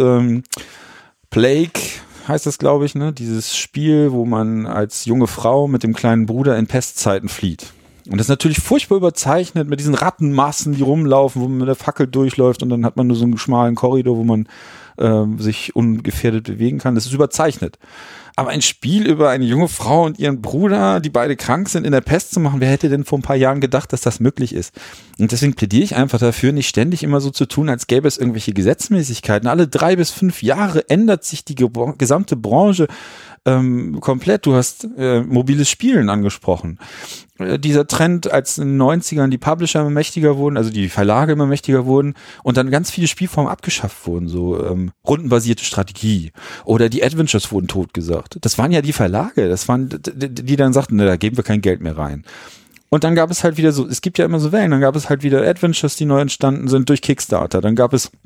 B: Plague heißt das, glaube ich, ne? Dieses Spiel, wo man als junge Frau mit dem kleinen Bruder in Pestzeiten flieht. Und das ist natürlich furchtbar überzeichnet mit diesen Rattenmassen, die rumlaufen, wo man mit der Fackel durchläuft und dann hat man nur so einen schmalen Korridor, wo man sich ungefährdet bewegen kann. Das ist überzeichnet. Aber ein Spiel über eine junge Frau und ihren Bruder, die beide krank sind, in der Pest zu machen, wer hätte denn vor ein paar Jahren gedacht, dass das möglich ist? Und deswegen plädiere ich einfach dafür, nicht ständig immer so zu tun, als gäbe es irgendwelche Gesetzmäßigkeiten. Alle 3 bis 5 Jahre ändert sich die gesamte Branche komplett. Du hast mobiles Spielen angesprochen. Dieser Trend, als in den 90ern die Publisher immer mächtiger wurden, also die Verlage immer mächtiger wurden und dann ganz viele Spielformen abgeschafft wurden, so rundenbasierte Strategie oder die Adventures wurden totgesagt. Das waren ja die Verlage, das waren die dann sagten, ne, da geben wir kein Geld mehr rein. Und dann gab es halt wieder so, es gibt ja immer so Wellen, dann gab es halt wieder Adventures, die neu entstanden sind durch Kickstarter, dann gab es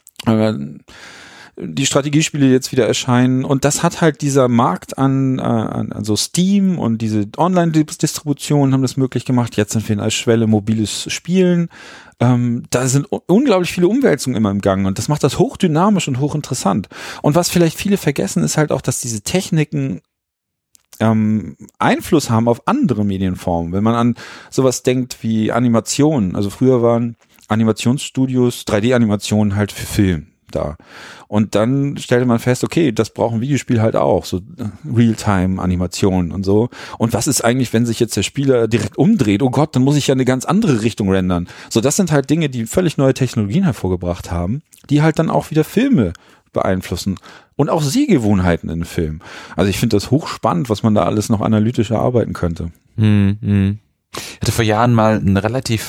B: die Strategiespiele jetzt wieder erscheinen und das hat halt dieser Markt an so Steam und diese Online-Distribution haben das möglich gemacht. Jetzt sind wir als Schwelle mobiles Spielen. Da sind unglaublich viele Umwälzungen immer im Gang und das macht das hochdynamisch und hochinteressant. Und was vielleicht viele vergessen, ist halt auch, dass diese Techniken Einfluss haben auf andere Medienformen. Wenn man an sowas denkt wie Animationen, also früher waren Animationsstudios, 3D-Animationen halt für Film da. Und dann stellte man fest, okay, das braucht ein Videospiel halt auch, so Realtime-Animationen und so. Und was ist eigentlich, wenn sich jetzt der Spieler direkt umdreht? Oh Gott, dann muss ich ja eine ganz andere Richtung rendern. So, das sind halt Dinge, die völlig neue Technologien hervorgebracht haben, die halt dann auch wieder Filme beeinflussen und auch Sehgewohnheiten in Filmen. Also ich finde das hochspannend, was man da alles noch analytisch erarbeiten könnte.
A: Ich hatte vor Jahren mal ein relativ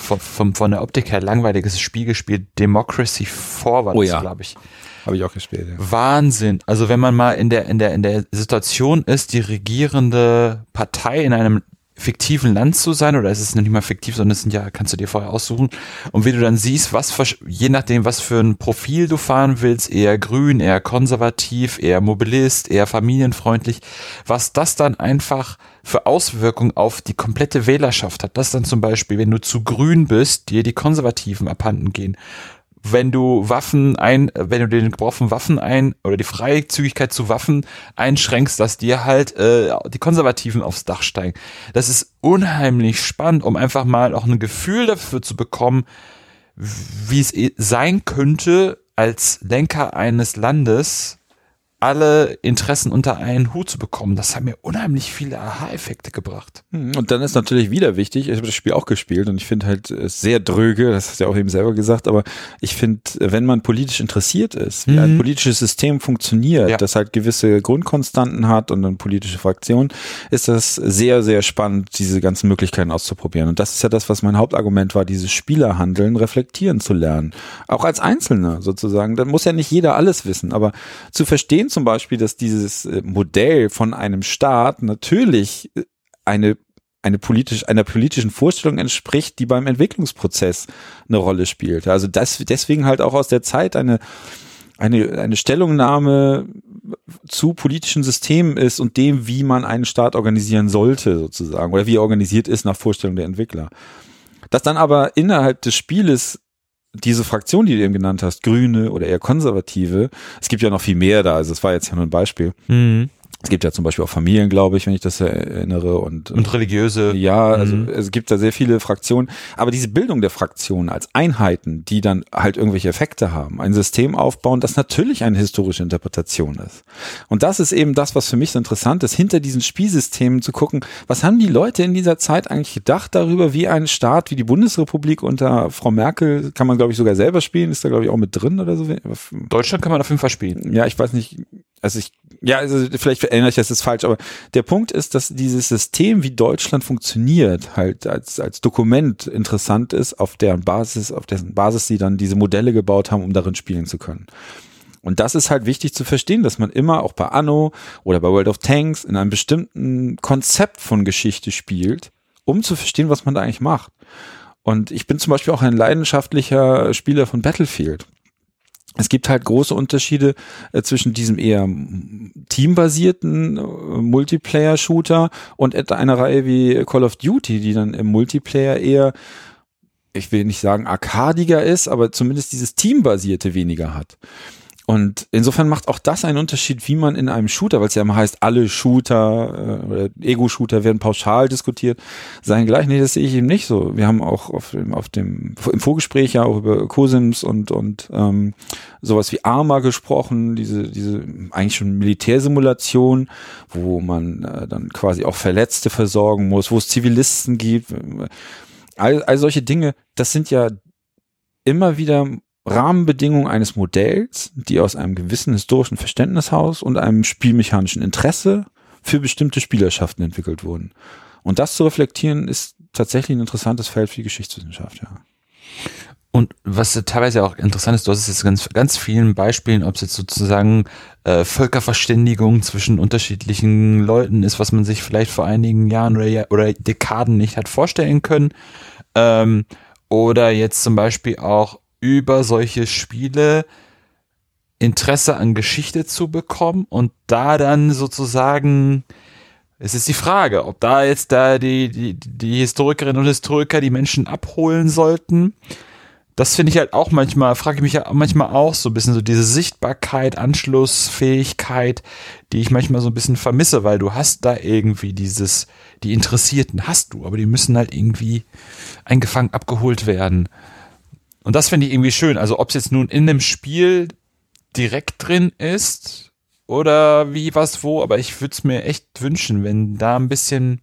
A: von der Optik her langweiliges Spiel gespielt. Democracy Forward, glaube ich.
B: Habe ich auch gespielt. Ja.
A: Wahnsinn. Also wenn man mal in der Situation ist, die regierende Partei in einem fiktiven Land zu sein, oder ist es nicht mal fiktiv, sondern es sind ja, kannst du dir vorher aussuchen, und wie du dann siehst, je nachdem, was für ein Profil du fahren willst, eher grün, eher konservativ, eher Mobilist, eher familienfreundlich, was das dann einfach für Auswirkungen auf die komplette Wählerschaft hat, dass dann zum Beispiel, wenn du zu grün bist, dir die Konservativen abhanden gehen. Wenn du den Gebrauch von Waffen oder die Freizügigkeit zu Waffen einschränkst, dass dir halt die Konservativen aufs Dach steigen. Das ist unheimlich spannend, um einfach mal auch ein Gefühl dafür zu bekommen, wie es sein könnte, als Lenker eines Landes alle Interessen unter einen Hut zu bekommen. Das hat mir unheimlich viele Aha-Effekte gebracht.
B: Und dann ist natürlich wieder wichtig, ich habe das Spiel auch gespielt und ich finde halt es sehr dröge, das hast du ja auch eben selber gesagt, aber ich finde, wenn man politisch interessiert ist, wie ein politisches System funktioniert, das halt gewisse Grundkonstanten hat und eine politische Fraktion, ist das sehr, sehr spannend, diese ganzen Möglichkeiten auszuprobieren. Und das ist ja das, was mein Hauptargument war, dieses Spielerhandeln reflektieren zu lernen. Auch als Einzelner sozusagen. Da muss ja nicht jeder alles wissen, aber zu verstehen zum Beispiel, dass dieses Modell von einem Staat natürlich einer politischen Vorstellung entspricht, die beim Entwicklungsprozess eine Rolle spielt. Also deswegen halt auch aus der Zeit eine Stellungnahme zu politischen Systemen ist und dem, wie man einen Staat organisieren sollte sozusagen oder wie er organisiert ist nach Vorstellung der Entwickler. Dass dann aber innerhalb des Spieles diese Fraktion, die du eben genannt hast, Grüne oder eher Konservative, es gibt ja noch viel mehr da, also es war jetzt ja nur ein Beispiel. Es gibt ja zum Beispiel auch Familien, glaube ich, wenn ich das erinnere. Und
A: religiöse.
B: Ja, also es gibt da sehr viele Fraktionen. Aber diese Bildung der Fraktionen als Einheiten, die dann halt irgendwelche Effekte haben, ein System aufbauen, das natürlich eine historische Interpretation ist. Und das ist eben das, was für mich so interessant ist, hinter diesen Spielsystemen zu gucken, was haben die Leute in dieser Zeit eigentlich gedacht darüber, wie ein Staat, wie die Bundesrepublik unter Frau Merkel, kann man, glaube ich, sogar selber spielen, ist da, glaube ich, auch mit drin oder so.
A: Deutschland kann man auf jeden Fall spielen.
B: Ja, ich weiß nicht, also vielleicht erinnere ich, das ist falsch, aber der Punkt ist, dass dieses System, wie Deutschland funktioniert, halt als Dokument interessant ist, auf dessen Basis sie dann diese Modelle gebaut haben, um darin spielen zu können. Und das ist halt wichtig zu verstehen, dass man immer auch bei Anno oder bei World of Tanks in einem bestimmten Konzept von Geschichte spielt, um zu verstehen, was man da eigentlich macht. Und ich bin zum Beispiel auch ein leidenschaftlicher Spieler von Battlefield. Es gibt halt große Unterschiede zwischen diesem eher teambasierten Multiplayer-Shooter und etwa einer Reihe wie Call of Duty, die dann im Multiplayer eher, ich will nicht sagen arkadiger ist, aber zumindest dieses Teambasierte weniger hat. Und insofern macht auch das einen Unterschied, wie man in einem Shooter, weil es ja immer heißt, alle Shooter oder Ego-Shooter werden pauschal diskutiert, sein gleich. Nee, das sehe ich eben nicht so. Wir haben auch im Vorgespräch ja auch über Cosims und sowas wie Arma gesprochen, diese eigentlich schon Militärsimulation, wo man dann quasi auch Verletzte versorgen muss, wo es Zivilisten gibt. All solche Dinge, das sind ja immer wieder Rahmenbedingungen eines Modells, die aus einem gewissen historischen Verständnishaus und einem spielmechanischen Interesse für bestimmte Spielerschaften entwickelt wurden. Und das zu reflektieren, ist tatsächlich ein interessantes Feld für die Geschichtswissenschaft, ja.
A: Und was teilweise auch interessant ist, du hast es jetzt ganz vielen Beispielen, ob es jetzt sozusagen Völkerverständigung zwischen unterschiedlichen Leuten ist, was man sich vielleicht vor einigen Jahren oder Dekaden nicht hat vorstellen können. Oder jetzt zum Beispiel auch über solche Spiele Interesse an Geschichte zu bekommen und da dann sozusagen, es ist die Frage, ob da jetzt die Historikerinnen und Historiker die Menschen abholen sollten. Das finde ich halt auch frage ich mich ja manchmal auch so ein bisschen so diese Sichtbarkeit, Anschlussfähigkeit, die ich manchmal so ein bisschen vermisse, weil du hast da irgendwie die Interessierten hast du, aber die müssen halt irgendwie eingefangen, abgeholt werden. Und das finde ich irgendwie schön. Also ob es jetzt nun in dem Spiel direkt drin ist oder wie, was, wo, aber ich würde es mir echt wünschen, wenn da ein bisschen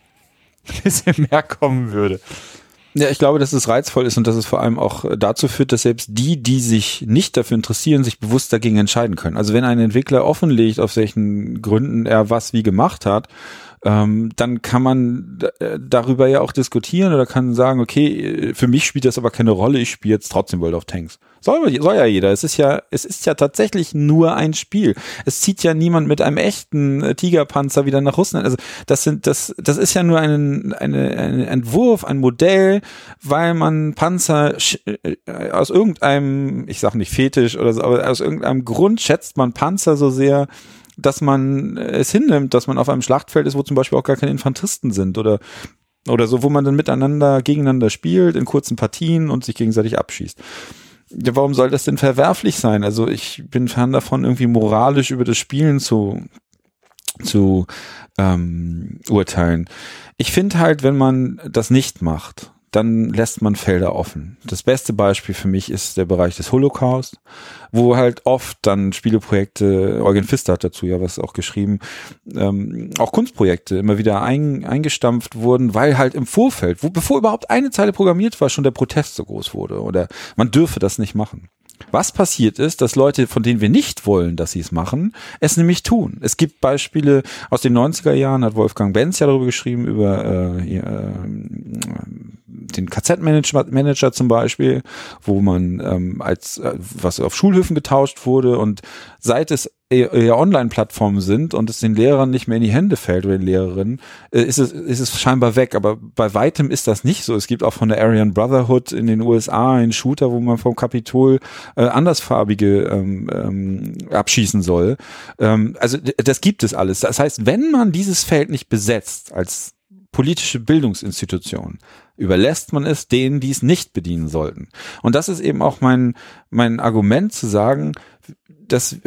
A: mehr kommen würde.
B: Ja, ich glaube, dass es reizvoll ist und dass es vor allem auch dazu führt, dass selbst die sich nicht dafür interessieren, sich bewusst dagegen entscheiden können. Also wenn ein Entwickler offenlegt, auf welchen Gründen er was wie gemacht hat, dann kann man darüber ja auch diskutieren oder kann sagen, okay, für mich spielt das aber keine Rolle, ich spiele jetzt trotzdem World of Tanks. Soll ja jeder. Es ist ja tatsächlich nur ein Spiel. Es zieht ja niemand mit einem echten Tigerpanzer wieder nach Russland. Also das ist ja nur ein Entwurf, ein Modell, weil man Panzer aus irgendeinem, ich sag nicht Fetisch oder so, aber aus irgendeinem Grund schätzt man Panzer so sehr, dass man es hinnimmt, dass man auf einem Schlachtfeld ist, wo zum Beispiel auch gar keine Infanteristen sind oder so, wo man dann gegeneinander spielt in kurzen Partien und sich gegenseitig abschießt. Ja, warum soll das denn verwerflich sein? Also ich bin fern davon, irgendwie moralisch über das Spielen zu urteilen. Ich finde halt, wenn man das nicht macht, dann lässt man Felder offen. Das beste Beispiel für mich ist der Bereich des Holocaust, wo halt oft dann Spieleprojekte, Eugen Pfister hat dazu ja was auch geschrieben, auch Kunstprojekte immer wieder eingestampft wurden, weil halt im Vorfeld, bevor überhaupt eine Zeile programmiert war, schon der Protest so groß wurde oder man dürfe das nicht machen. Was passiert ist, dass Leute, von denen wir nicht wollen, dass sie es machen, es nämlich tun. Es gibt Beispiele aus den 90er Jahren, hat Wolfgang Benz ja darüber geschrieben, über den KZ-Manager zum Beispiel, wo man was auf Schulhöfen getauscht wurde und seit es eher Online-Plattformen sind und es den Lehrern nicht mehr in die Hände fällt oder den Lehrerinnen, ist es scheinbar weg. Aber bei weitem ist das nicht so. Es gibt auch von der Aryan Brotherhood in den USA einen Shooter, wo man vom Kapitol andersfarbige abschießen soll. Also das gibt es alles. Das heißt, wenn man dieses Feld nicht besetzt als politische Bildungsinstitution, überlässt man es denen, die es nicht bedienen sollten. Und das ist eben auch mein Argument zu sagen, es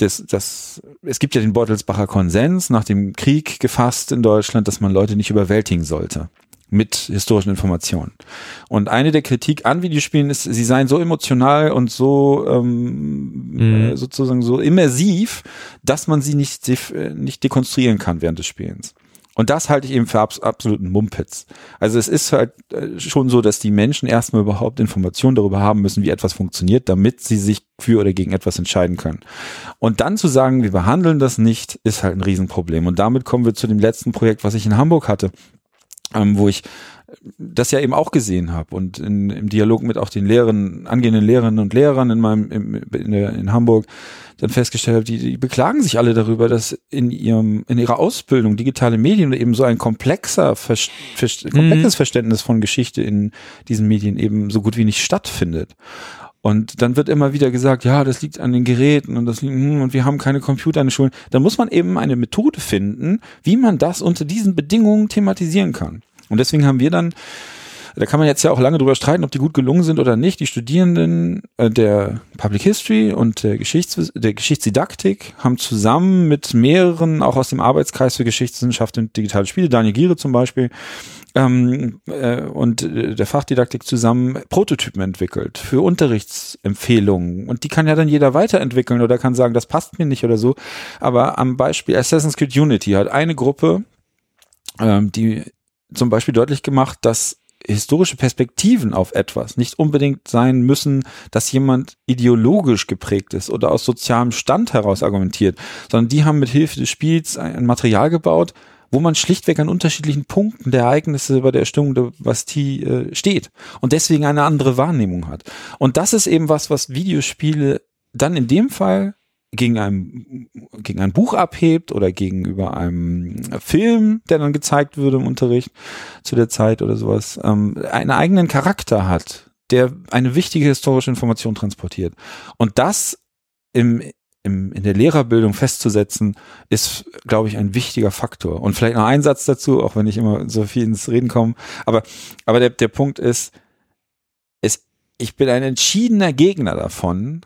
B: gibt ja den Beutelsbacher Konsens nach dem Krieg gefasst in Deutschland, dass man Leute nicht überwältigen sollte mit historischen Informationen. Und eine der Kritik an Videospielen ist, sie seien so emotional und so sozusagen so immersiv, dass man sie nicht dekonstruieren kann während des Spielens. Und das halte ich eben für absoluten Mumpitz. Also es ist halt schon so, dass die Menschen erstmal überhaupt Informationen darüber haben müssen, wie etwas funktioniert, damit sie sich für oder gegen etwas entscheiden können. Und dann zu sagen, wir behandeln das nicht, ist halt ein Riesenproblem. Und damit kommen wir zu dem letzten Projekt, was ich in Hamburg hatte, wo ich das ja eben auch gesehen habe und im Dialog mit auch den angehenden Lehrerinnen und Lehrern in Hamburg dann festgestellt habe, die beklagen sich alle darüber, dass in ihrer Ausbildung digitale Medien eben so ein komplexes Verständnis von Geschichte in diesen Medien eben so gut wie nicht stattfindet. Und dann wird immer wieder gesagt, ja, das liegt an den Geräten und und wir haben keine Computer an den Schulen. Dann muss man eben eine Methode finden, wie man das unter diesen Bedingungen thematisieren kann. Und deswegen haben wir dann, da kann man jetzt ja auch lange drüber streiten, ob die gut gelungen sind oder nicht, die Studierenden der Public History und der Geschichtsdidaktik haben zusammen mit mehreren, auch aus dem Arbeitskreis für Geschichtswissenschaft und digitale Spiele, Daniel Giere zum Beispiel, und der Fachdidaktik zusammen Prototypen entwickelt für Unterrichtsempfehlungen. Und die kann ja dann jeder weiterentwickeln oder kann sagen, das passt mir nicht oder so. Aber am Beispiel Assassin's Creed Unity hat eine Gruppe, die zum Beispiel deutlich gemacht, dass historische Perspektiven auf etwas nicht unbedingt sein müssen, dass jemand ideologisch geprägt ist oder aus sozialem Stand heraus argumentiert, sondern die haben mit Hilfe des Spiels ein Material gebaut, wo man schlichtweg an unterschiedlichen Punkten der Ereignisse bei der Erstürmung der Bastille steht und deswegen eine andere Wahrnehmung hat. Und das ist eben was Videospiele dann in dem Fall gegen ein Buch abhebt oder gegenüber einem Film, der dann gezeigt würde im Unterricht zu der Zeit oder sowas, einen eigenen Charakter hat, der eine wichtige historische Information transportiert. Und das in der Lehrerbildung festzusetzen, ist, glaube ich, ein wichtiger Faktor. Und vielleicht noch ein Satz dazu, auch wenn ich immer so viel ins Reden komme. Aber der Punkt ist, ich bin ein entschiedener Gegner davon,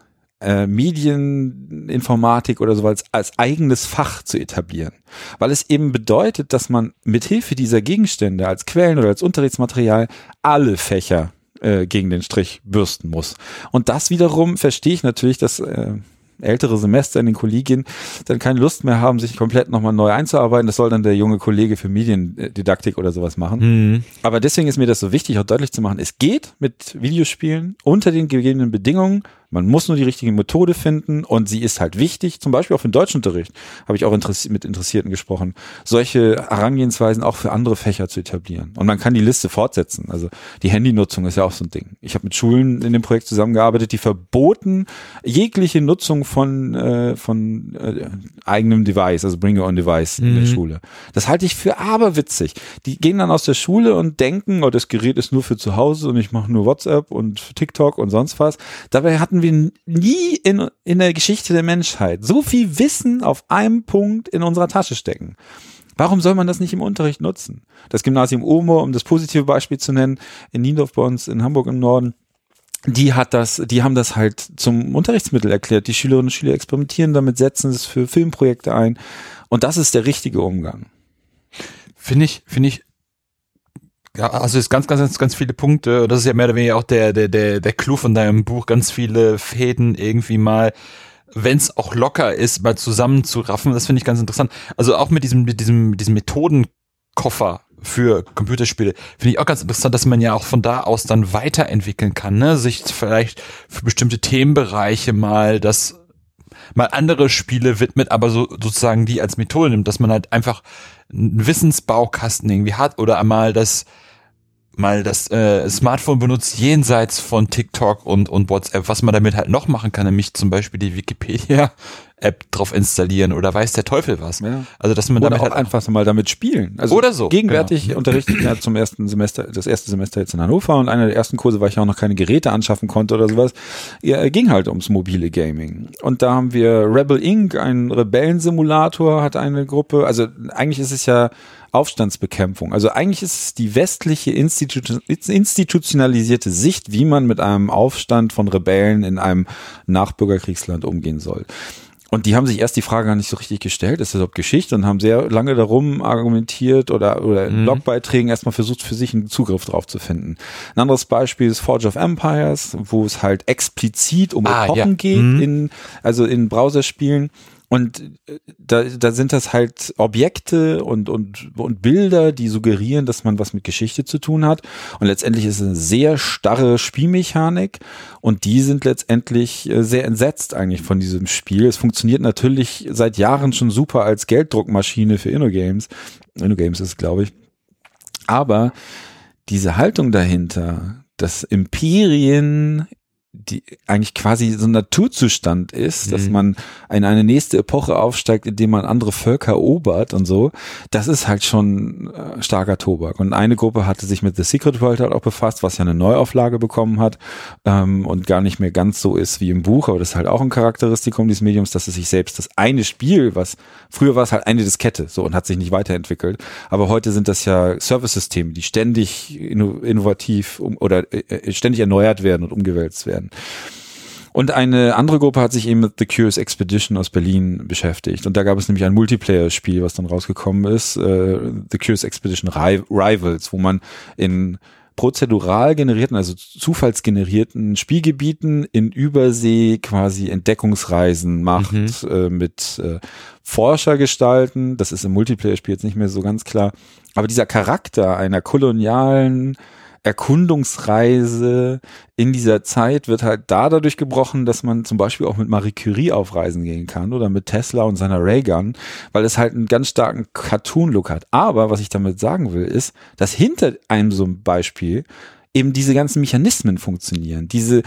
B: Medieninformatik oder so als eigenes Fach zu etablieren. Weil es eben bedeutet, dass man mithilfe dieser Gegenstände als Quellen oder als Unterrichtsmaterial alle Fächer gegen den Strich bürsten muss. Und das wiederum verstehe ich natürlich, dass ältere Semester in den Kollegien dann keine Lust mehr haben, sich komplett nochmal neu einzuarbeiten. Das soll dann der junge Kollege für Mediendidaktik oder sowas machen. Mhm. Aber deswegen ist mir das so wichtig, auch deutlich zu machen, es geht mit Videospielen unter den gegebenen Bedingungen Man muss nur die richtige Methode finden und sie ist halt wichtig, zum Beispiel auch für den Deutschunterricht, habe ich auch mit Interessierten gesprochen, solche Herangehensweisen auch für andere Fächer zu etablieren. Und man kann die Liste fortsetzen. Also die Handynutzung ist ja auch so ein Ding. Ich habe mit Schulen in dem Projekt zusammengearbeitet, die verboten jegliche Nutzung von eigenem Device, also Bring Your Own Device in der Schule. Das halte ich für aberwitzig. Die gehen dann aus der Schule und denken, oh, das Gerät ist nur für zu Hause und ich mache nur WhatsApp und TikTok und sonst was. Dabei hatten wir nie in der Geschichte der Menschheit so viel Wissen auf einem Punkt in unserer Tasche stecken. Warum soll man das nicht im Unterricht nutzen? Das Gymnasium Omo, um das positive Beispiel zu nennen, in Niendorf bei uns in Hamburg im Norden, die haben das halt zum Unterrichtsmittel erklärt. Die Schülerinnen und Schüler experimentieren damit, setzen es für Filmprojekte ein. Und das ist der richtige Umgang.
A: Finde ich, ja, also es ganz viele Punkte. Das ist ja mehr oder weniger auch der Clou von deinem Buch. Ganz viele Fäden irgendwie mal, wenn es auch locker ist, mal zusammenzuraffen. Das finde ich ganz interessant. Also auch mit diesem Methodenkoffer für Computerspiele finde ich auch ganz interessant, dass man ja auch von da aus dann weiterentwickeln kann, ne? Sich vielleicht für bestimmte Themenbereiche mal andere Spiele widmet, aber sozusagen die als Methode nimmt, dass man halt einfach einen Wissensbaukasten irgendwie hat oder mal das Smartphone benutzt jenseits von TikTok und WhatsApp, was man damit halt noch machen kann, nämlich zum Beispiel die Wikipedia-App drauf installieren oder weiß der Teufel was.
B: Ja.
A: Also dass man
B: oder
A: damit
B: auch
A: halt
B: einfach mal damit spielen. Also
A: oder so.
B: Gegenwärtig unterrichte ich ja das erste Semester jetzt in Hannover und einer der ersten Kurse, weil ich auch noch keine Geräte anschaffen konnte oder sowas, ging halt ums mobile Gaming. Und da haben wir Rebel Inc., ein Rebellensimulator, hat eine Gruppe, also eigentlich ist es ja Aufstandsbekämpfung. Also eigentlich ist es die westliche institutionalisierte Sicht, wie man mit einem Aufstand von Rebellen in einem Nachbürgerkriegsland umgehen soll. Und die haben sich erst die Frage gar nicht so richtig gestellt, ist das überhaupt Geschichte, und haben sehr lange darum argumentiert oder in Blogbeiträgen erstmal versucht, für sich einen Zugriff drauf zu finden. Ein anderes Beispiel ist Forge of Empires, wo es halt explizit um Epochen geht, in Browserspielen. Und da sind das halt Objekte und Bilder, die suggerieren, dass man was mit Geschichte zu tun hat. Und letztendlich ist es eine sehr starre Spielmechanik und die sind letztendlich sehr entsetzt eigentlich von diesem Spiel. Es funktioniert natürlich seit Jahren schon super als Gelddruckmaschine für InnoGames. InnoGames ist es, glaube ich. Aber diese Haltung dahinter, dass Imperien die eigentlich quasi so ein Naturzustand ist, dass man in eine nächste Epoche aufsteigt, indem man andere Völker erobert und so, das ist halt schon starker Tobak. Und eine Gruppe hatte sich mit The Secret World halt auch befasst, was ja eine Neuauflage bekommen hat und gar nicht mehr ganz so ist wie im Buch, aber das ist halt auch ein Charakteristikum dieses Mediums, dass es sich selbst das eine Spiel, früher war es halt eine Diskette so und hat sich nicht weiterentwickelt, aber heute sind das ja Service-Systeme, die ständig innovativ oder ständig erneuert werden und umgewälzt werden. Und eine andere Gruppe hat sich eben mit The Curious Expedition aus Berlin beschäftigt. Und da gab es nämlich ein Multiplayer-Spiel, was dann rausgekommen ist, The Curious Expedition Rivals, wo man in prozedural generierten, also zufallsgenerierten Spielgebieten in Übersee quasi Entdeckungsreisen macht, mit Forschergestalten. Das ist im Multiplayer-Spiel jetzt nicht mehr so ganz klar. Aber dieser Charakter einer kolonialen Erkundungsreise in dieser Zeit wird halt dadurch gebrochen, dass man zum Beispiel auch mit Marie Curie auf Reisen gehen kann oder mit Tesla und seiner Raygun, weil es halt einen ganz starken Cartoon-Look hat. Aber was ich damit sagen will, ist, dass hinter einem so einem Beispiel eben diese ganzen Mechanismen funktionieren. Diese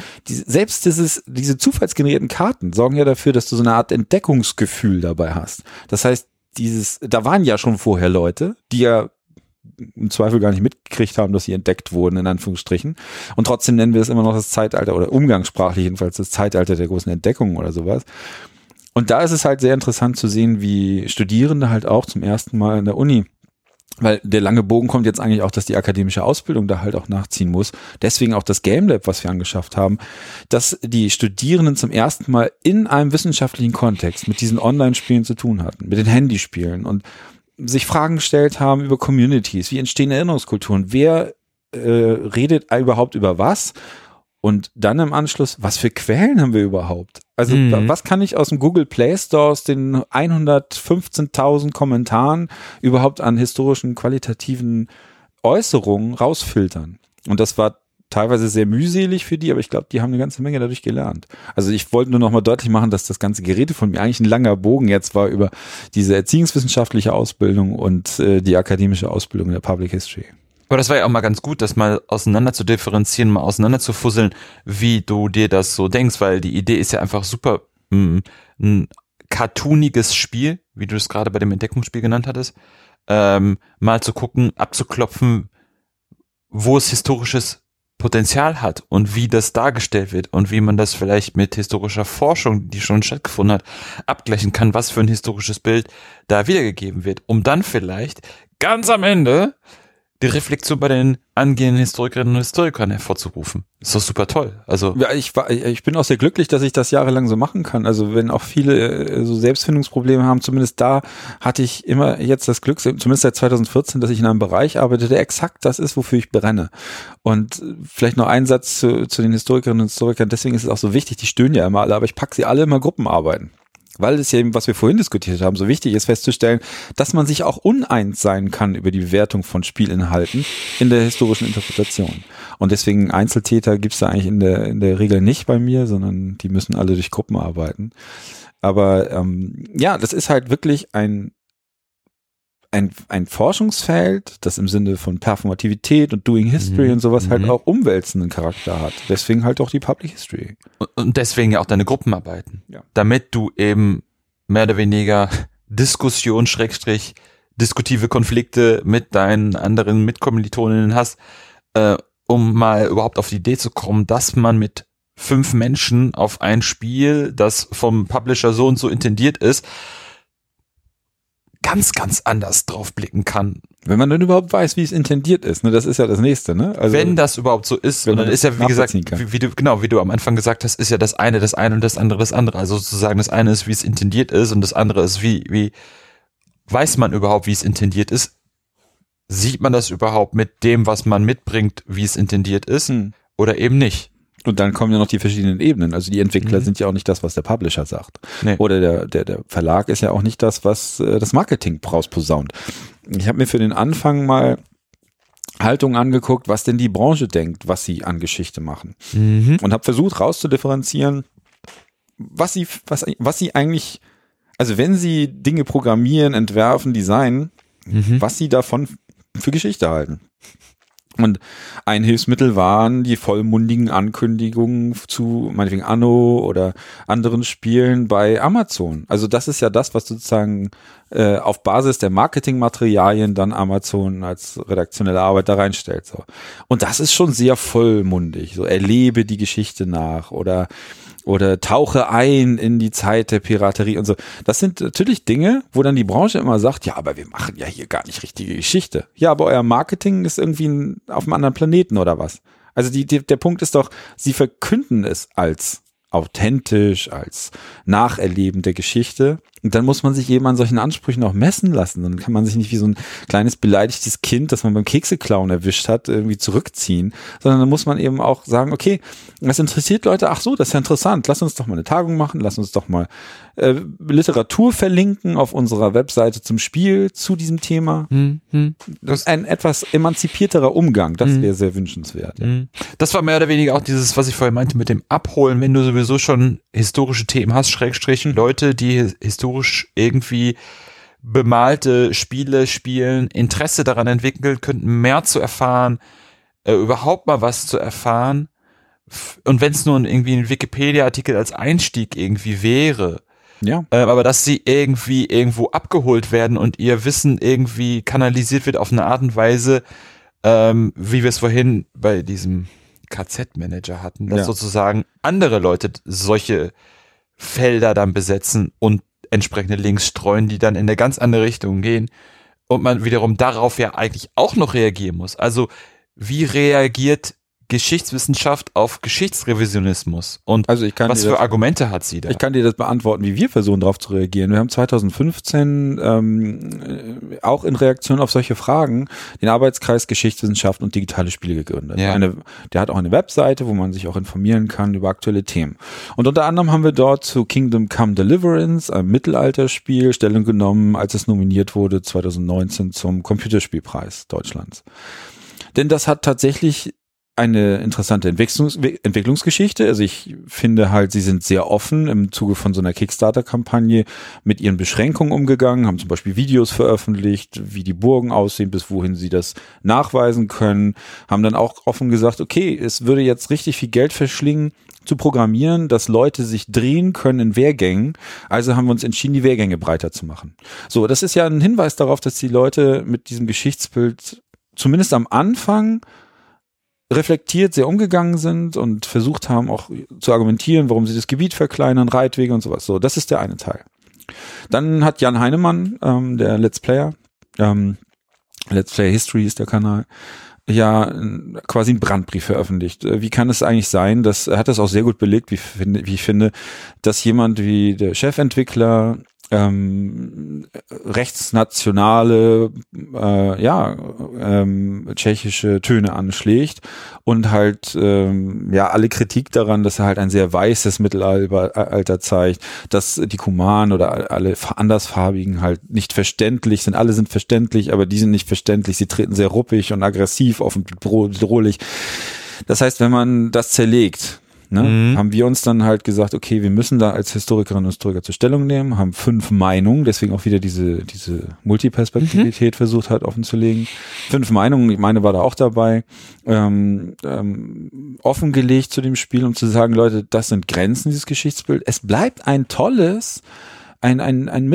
B: zufallsgenerierten Karten sorgen ja dafür, dass du so eine Art Entdeckungsgefühl dabei hast. Das heißt, da waren ja schon vorher Leute, die ja im Zweifel gar nicht mitgekriegt haben, dass sie entdeckt wurden, in Anführungsstrichen. Und trotzdem nennen wir es immer noch das Zeitalter, oder umgangssprachlich jedenfalls, das Zeitalter der großen Entdeckungen oder sowas. Und da ist es halt sehr interessant zu sehen, wie Studierende halt auch zum ersten Mal in der Uni, weil der lange Bogen kommt jetzt eigentlich auch, dass die akademische Ausbildung da halt auch nachziehen muss. Deswegen auch das Game Lab, was wir angeschafft haben, dass die Studierenden zum ersten Mal in einem wissenschaftlichen Kontext mit diesen Online-Spielen zu tun hatten, mit den Handyspielen und sich Fragen gestellt haben über Communities, wie entstehen Erinnerungskulturen, wer redet überhaupt über was und dann im Anschluss, was für Quellen haben wir überhaupt? Also was kann ich aus dem Google Play Store, aus den 115.000 Kommentaren überhaupt an historischen, qualitativen Äußerungen rausfiltern? Und das war teilweise sehr mühselig für die, aber ich glaube, die haben eine ganze Menge dadurch gelernt. Also ich wollte nur noch mal deutlich machen, dass das ganze Gerede von mir eigentlich ein langer Bogen jetzt war über diese erziehungswissenschaftliche Ausbildung und die akademische Ausbildung in der Public History.
A: Aber das war ja auch mal ganz gut, das mal auseinander zu differenzieren, mal auseinander zu fusseln, wie du dir das so denkst, weil die Idee ist ja einfach super, ein cartooniges Spiel, wie du es gerade bei dem Entdeckungsspiel genannt hattest, mal zu gucken, abzuklopfen, wo es historisches Potenzial hat und wie das dargestellt wird und wie man das vielleicht mit historischer Forschung, die schon stattgefunden hat, abgleichen kann, was für ein historisches Bild da wiedergegeben wird, um dann vielleicht ganz am Ende die Reflexion bei den angehenden Historikerinnen und Historikern hervorzurufen. Ist doch super toll. Also
B: ja, ich bin auch sehr glücklich, dass ich das jahrelang so machen kann. Also wenn auch viele so Selbstfindungsprobleme haben, zumindest da hatte ich immer jetzt das Glück, zumindest seit 2014, dass ich in einem Bereich arbeite, der exakt das ist, wofür ich brenne. Und vielleicht noch ein Satz zu den Historikerinnen und Historikern. Deswegen ist es auch so wichtig, die stöhnen ja immer alle, aber ich packe sie alle immer Gruppenarbeiten. Weil es ja eben, was wir vorhin diskutiert haben, so wichtig ist festzustellen, dass man sich auch uneins sein kann über die Bewertung von Spielinhalten in der historischen Interpretation. Und deswegen Einzeltäter gibt's da eigentlich in der Regel nicht bei mir, sondern die müssen alle durch Gruppen arbeiten. Aber ja, das ist halt wirklich ein Forschungsfeld, das im Sinne von Performativität und Doing History und sowas halt auch umwälzenden Charakter hat. Deswegen halt auch die Public History.
A: Und deswegen ja auch deine Gruppenarbeiten.
B: Ja.
A: Damit du eben mehr oder weniger Diskussion, diskutive Konflikte mit deinen anderen Mitkommilitoninnen hast, um mal überhaupt auf die Idee zu kommen, dass man mit 5 Menschen auf ein Spiel, das vom Publisher so und so intendiert ist, ganz, ganz anders drauf blicken kann.
B: Wenn man dann überhaupt weiß, wie es intendiert ist, ne, das ist ja das Nächste, ne? Also,
A: wenn das überhaupt so ist, und dann ist ja, wie gesagt, wie du am Anfang gesagt hast, ist ja das eine und das andere. Also sozusagen das eine ist, wie es intendiert ist und das andere ist, wie weiß man überhaupt, wie es intendiert ist? Sieht man das überhaupt mit dem, was man mitbringt, wie es intendiert ist? Oder eben nicht?
B: Und dann kommen ja noch die verschiedenen Ebenen. Also die Entwickler sind ja auch nicht das, was der Publisher sagt. Nee. Oder der Verlag ist ja auch nicht das, was das Marketing rausposaunt. Ich habe mir für den Anfang mal Haltung angeguckt, was denn die Branche denkt, was sie an Geschichte machen. Und habe versucht rauszudifferenzieren, was sie eigentlich, also wenn sie Dinge programmieren, entwerfen, designen, was sie davon für Geschichte halten. Und ein Hilfsmittel waren die vollmundigen Ankündigungen zu meinetwegen Anno oder anderen Spielen bei Amazon. Also das ist ja das, was sozusagen auf Basis der Marketingmaterialien dann Amazon als redaktionelle Arbeit da reinstellt. So. Und das ist schon sehr vollmundig. So erlebe die Geschichte nach oder tauche ein in die Zeit der Piraterie und so. Das sind natürlich Dinge, wo dann die Branche immer sagt, ja, aber wir machen ja hier gar nicht richtige Geschichte. Ja, aber euer Marketing ist irgendwie auf einem anderen Planeten oder was? Also der Punkt ist doch, sie verkünden es als authentisch, als Nacherleben der Geschichte. Und dann muss man sich eben an solchen Ansprüchen auch messen lassen. Dann kann man sich nicht wie so ein kleines beleidigtes Kind, das man beim Kekseklauen erwischt hat, irgendwie zurückziehen, sondern dann muss man eben auch sagen, okay, das interessiert Leute, ach so, das ist ja interessant, lass uns doch mal eine Tagung machen, lass uns doch mal Literatur verlinken auf unserer Webseite zum Spiel zu diesem Thema. Das ist ein etwas emanzipierterer Umgang, das wäre sehr wünschenswert. Ja.
A: Das war mehr oder weniger auch dieses, was ich vorher meinte mit dem Abholen, wenn du sowieso schon historische Themen hast, Schrägstrichen, Leute, die historisch irgendwie bemalte Spiele spielen, Interesse daran entwickeln könnten, mehr zu erfahren, überhaupt mal was zu erfahren. Und wenn es nur irgendwie ein Wikipedia-Artikel als Einstieg irgendwie wäre,
B: ja,
A: aber dass sie irgendwie irgendwo abgeholt werden und ihr Wissen irgendwie kanalisiert wird auf eine Art und Weise, wie wir es vorhin bei diesem KZ-Manager hatten, dass sozusagen andere Leute solche Felder dann besetzen und entsprechende Links streuen, die dann in eine ganz andere Richtung gehen und man wiederum darauf ja eigentlich auch noch reagieren muss. Also wie reagiert Geschichtswissenschaft auf Geschichtsrevisionismus und
B: also
A: was für Argumente hat sie da?
B: Ich kann dir das beantworten, wie wir versuchen darauf zu reagieren. Wir haben 2015 auch in Reaktion auf solche Fragen den Arbeitskreis Geschichtswissenschaft und digitale Spiele gegründet.
A: Ja.
B: Der hat auch eine Webseite, wo man sich auch informieren kann über aktuelle Themen. Und unter anderem haben wir dort zu Kingdom Come Deliverance, einem Mittelalterspiel, Stellung genommen, als es nominiert wurde 2019 zum Computerspielpreis Deutschlands. Denn das hat tatsächlich eine interessante Entwicklungsgeschichte. Also ich finde halt, sie sind sehr offen im Zuge von so einer Kickstarter-Kampagne mit ihren Beschränkungen umgegangen, haben zum Beispiel Videos veröffentlicht, wie die Burgen aussehen, bis wohin sie das nachweisen können, haben dann auch offen gesagt, okay, es würde jetzt richtig viel Geld verschlingen, zu programmieren, dass Leute sich drehen können in Wehrgängen. Also haben wir uns entschieden, die Wehrgänge breiter zu machen. So, das ist ja ein Hinweis darauf, dass die Leute mit diesem Geschichtsbild zumindest am Anfang reflektiert sehr umgegangen sind und versucht haben auch zu argumentieren, warum sie das Gebiet verkleinern, Reitwege und sowas. So, das ist der eine Teil. Dann hat Jan Heinemann, der Let's Player, Let's Play History ist der Kanal, ja quasi einen Brandbrief veröffentlicht. Wie kann es eigentlich sein, er hat das auch sehr gut belegt, wie ich finde, dass jemand wie der Chefentwickler rechtsnationale tschechische Töne anschlägt und halt alle Kritik daran, dass er halt ein sehr weißes Mittelalter zeigt, dass die Kumanen oder alle Andersfarbigen halt nicht verständlich sind. Alle sind verständlich, aber die sind nicht verständlich. Sie treten sehr ruppig und aggressiv auf und bedrohlich. Das heißt, wenn man das zerlegt, haben wir uns dann halt gesagt, okay, wir müssen da als Historikerinnen und Historiker zur Stellung nehmen, haben 5 Meinungen, deswegen auch wieder diese Multiperspektivität versucht halt offenzulegen. 5 Meinungen, meine war da auch dabei, offengelegt zu dem Spiel, um zu sagen, Leute, das sind Grenzen, dieses Geschichtsbild. Es bleibt ein tolles, ein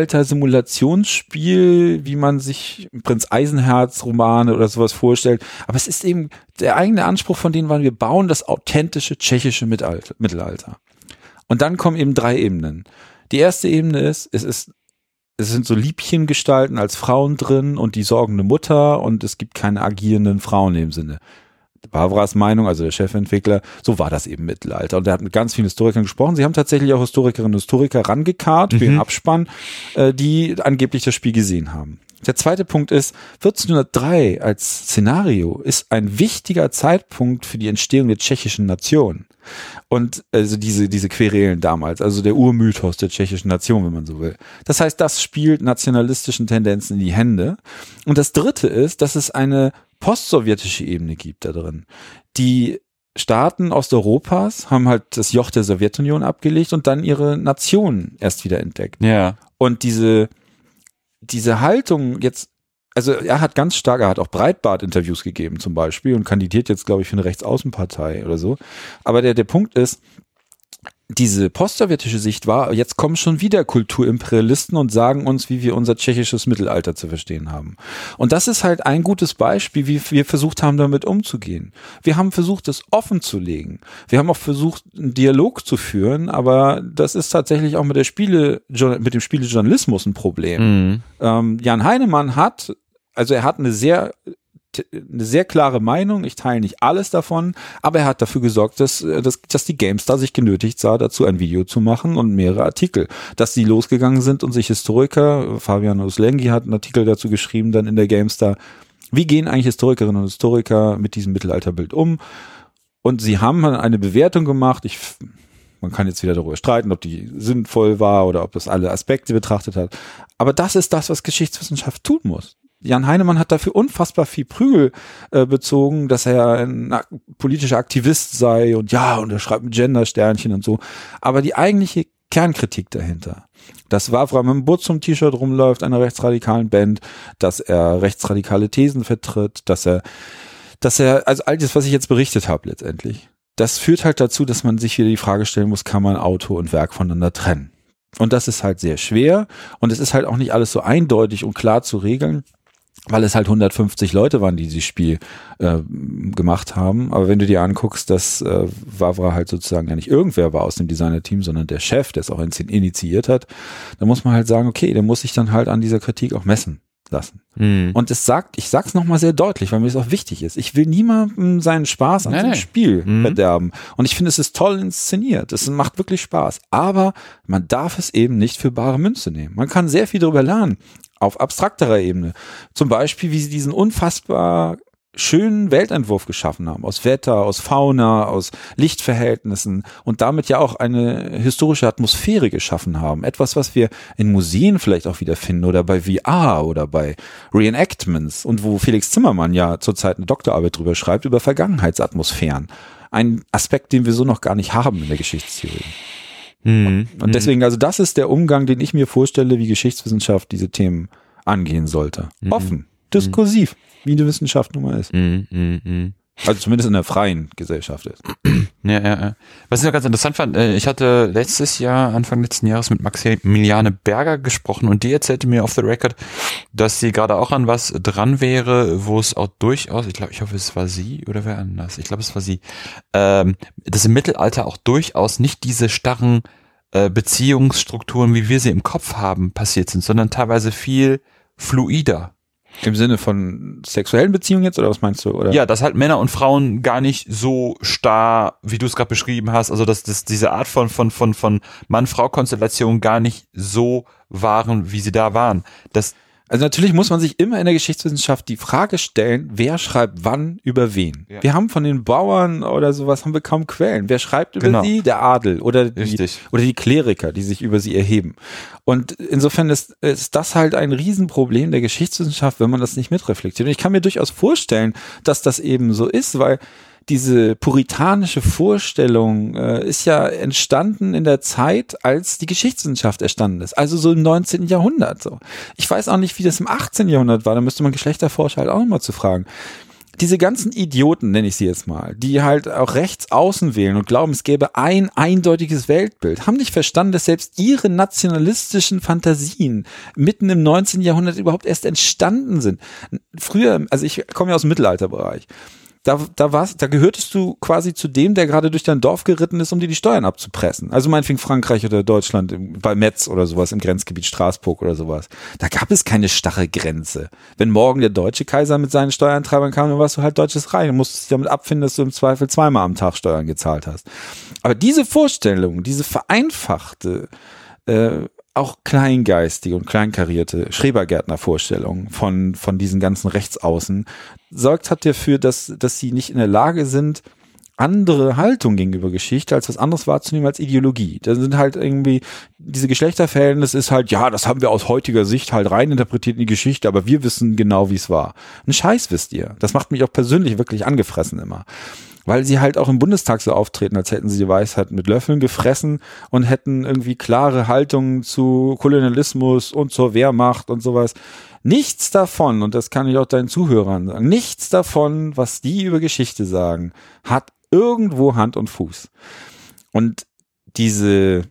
B: Mittelalter-Simulationsspiel, wie man sich Prinz Eisenherz-Romane oder sowas vorstellt. Aber es ist eben der eigene Anspruch von denen, wir bauen das authentische tschechische Mittelalter. Und dann kommen eben 3 Ebenen. Die erste Ebene ist, es sind so Liebchengestalten als Frauen drin und die sorgende Mutter und es gibt keine agierenden Frauen in dem Sinne. Bavaras Meinung, also der Chefentwickler, so war das eben Mittelalter. Und er hat mit ganz vielen Historikern gesprochen. Sie haben tatsächlich auch Historikerinnen und Historiker rangekarrt für den Abspann, die angeblich das Spiel gesehen haben. Der zweite Punkt ist, 1403 als Szenario ist ein wichtiger Zeitpunkt für die Entstehung der tschechischen Nation. Und also diese Querelen damals, also der Urmythos der tschechischen Nation, wenn man so will. Das heißt, das spielt nationalistischen Tendenzen in die Hände. Und das dritte ist, dass es eine postsowjetische Ebene gibt da drin. Die Staaten Osteuropas haben halt das Joch der Sowjetunion abgelegt und dann ihre Nationen erst wieder entdeckt.
A: Ja.
B: Und diese Haltung jetzt, also er hat auch Breitbart-Interviews gegeben zum Beispiel und kandidiert jetzt, glaube ich, für eine Rechtsaußenpartei oder so. Aber der Punkt ist, diese postsowjetische Sicht war, jetzt kommen schon wieder Kulturimperialisten und sagen uns, wie wir unser tschechisches Mittelalter zu verstehen haben. Und das ist halt ein gutes Beispiel, wie wir versucht haben, damit umzugehen. Wir haben versucht, das offen zu legen. Wir haben auch versucht, einen Dialog zu führen, aber das ist tatsächlich auch mit dem Spielejournalismus ein Problem. Jan Heinemann er hat eine sehr klare Meinung, ich teile nicht alles davon, aber er hat dafür gesorgt, dass die GameStar sich genötigt sah, dazu ein Video zu machen und mehrere Artikel. Dass sie losgegangen sind und sich Historiker, Fabian Oslengi hat einen Artikel dazu geschrieben, dann in der GameStar, wie gehen eigentlich Historikerinnen und Historiker mit diesem Mittelalterbild um? Und sie haben eine Bewertung gemacht, man kann jetzt wieder darüber streiten, ob die sinnvoll war oder ob das alle Aspekte betrachtet hat, aber das ist das, was Geschichtswissenschaft tun muss. Jan Heinemann hat dafür unfassbar viel Prügel bezogen, dass er ein politischer Aktivist sei und er schreibt mit Gender-Sternchen und so. Aber die eigentliche Kernkritik dahinter, dass Wawra mit einem Burzum-T-Shirt rumläuft, einer rechtsradikalen Band, dass er rechtsradikale Thesen vertritt, dass er, also all das, was ich jetzt berichtet habe letztendlich, das führt halt dazu, dass man sich wieder die Frage stellen muss, kann man Autor und Werk voneinander trennen? Und das ist halt sehr schwer und es ist halt auch nicht alles so eindeutig und klar zu regeln, weil es halt 150 Leute waren, die dieses Spiel gemacht haben. Aber wenn du dir anguckst, dass Wawra halt sozusagen ja nicht irgendwer war aus dem Designer-Team, sondern der Chef, der es auch initiiert hat, dann muss man halt sagen, okay, der muss sich dann halt an dieser Kritik auch messen lassen. Und ich sag's nochmal sehr deutlich, weil mir das auch wichtig ist. Ich will niemandem seinen Spaß an dem Spiel verderben. Und ich finde, es ist toll inszeniert. Es macht wirklich Spaß. Aber man darf es eben nicht für bare Münze nehmen. Man kann sehr viel darüber lernen. Auf abstrakterer Ebene. Zum Beispiel, wie sie diesen unfassbar schönen Weltentwurf geschaffen haben, aus Wetter, aus Fauna, aus Lichtverhältnissen und damit ja auch eine historische Atmosphäre geschaffen haben. Etwas, was wir in Museen vielleicht auch wiederfinden oder bei VR oder bei Reenactments und wo Felix Zimmermann ja zurzeit eine Doktorarbeit drüber schreibt, über Vergangenheitsatmosphären. Ein Aspekt, den wir so noch gar nicht haben in der Geschichtstheorie. Und deswegen, also das ist der Umgang, den ich mir vorstelle, wie Geschichtswissenschaft diese Themen angehen sollte. Offen, diskursiv, wie die Wissenschaft nun mal ist. Also zumindest in der freien Gesellschaft ist.
A: Ja. Was ich noch ganz interessant fand, ich hatte Anfang letzten Jahres mit Maximiliane Berger gesprochen und die erzählte mir off the record, dass sie gerade auch an was dran wäre, wo es auch durchaus, ich hoffe, es war sie oder wer anders, ich glaube, es war sie, dass im Mittelalter auch durchaus nicht diese starren Beziehungsstrukturen, wie wir sie im Kopf haben, passiert sind, sondern teilweise viel fluider.
B: Im Sinne von sexuellen Beziehungen jetzt, oder was meinst du? Oder?
A: Ja, dass halt Männer und Frauen gar nicht so starr, wie du es gerade beschrieben hast, also dass diese Art von Mann-Frau-Konstellation gar nicht so waren, wie sie da waren.
B: Also natürlich muss man sich immer in der Geschichtswissenschaft die Frage stellen, wer schreibt wann über wen. Ja. Wir haben von den Bauern oder sowas haben wir kaum Quellen. Wer schreibt über sie? Der Adel oder die Kleriker, die sich über sie erheben. Und insofern ist das halt ein Riesenproblem der Geschichtswissenschaft, wenn man das nicht mitreflektiert. Und ich kann mir durchaus vorstellen, dass das eben so ist, weil diese puritanische Vorstellung ist ja entstanden in der Zeit, als die Geschichtswissenschaft entstanden ist. Also so im 19. Jahrhundert. So. Ich weiß auch nicht, wie das im 18. Jahrhundert war. Da müsste man Geschlechterforscher halt auch nochmal zu fragen. Diese ganzen Idioten, nenne ich sie jetzt mal, die halt auch rechts außen wählen und glauben, es gäbe ein eindeutiges Weltbild, haben nicht verstanden, dass selbst ihre nationalistischen Fantasien mitten im 19. Jahrhundert überhaupt erst entstanden sind. Früher, also ich komme ja aus dem Mittelalterbereich. Da gehörtest du quasi zu dem, der gerade durch dein Dorf geritten ist, um dir die Steuern abzupressen. Also meinetwegen Frankreich oder Deutschland bei Metz oder sowas im Grenzgebiet Straßburg oder sowas. Da gab es keine starre Grenze. Wenn morgen der deutsche Kaiser mit seinen Steuerantreibern kam, dann warst du halt deutsches Reich und musstest dich damit abfinden, dass du im Zweifel zweimal am Tag Steuern gezahlt hast. Aber diese Vorstellung, diese vereinfachte, auch kleingeistige und kleinkarierte Schrebergärtner-Vorstellung von diesen ganzen Rechtsaußen sorgt hat dafür, dass sie nicht in der Lage sind, andere Haltung gegenüber Geschichte als was anderes wahrzunehmen als Ideologie. Da sind halt irgendwie, diese Geschlechterverhältnis ist halt, ja, das haben wir aus heutiger Sicht halt reininterpretiert in die Geschichte, aber wir wissen genau, wie es war. Ein Scheiß wisst ihr. Das macht mich auch persönlich wirklich angefressen immer. Weil sie halt auch im Bundestag so auftreten, als hätten sie die Weisheit mit Löffeln gefressen und hätten irgendwie klare Haltungen zu Kolonialismus und zur Wehrmacht und sowas. Nichts davon, und das kann ich auch deinen Zuhörern sagen, nichts davon, was die über Geschichte sagen, hat irgendwo Hand und Fuß. Und diese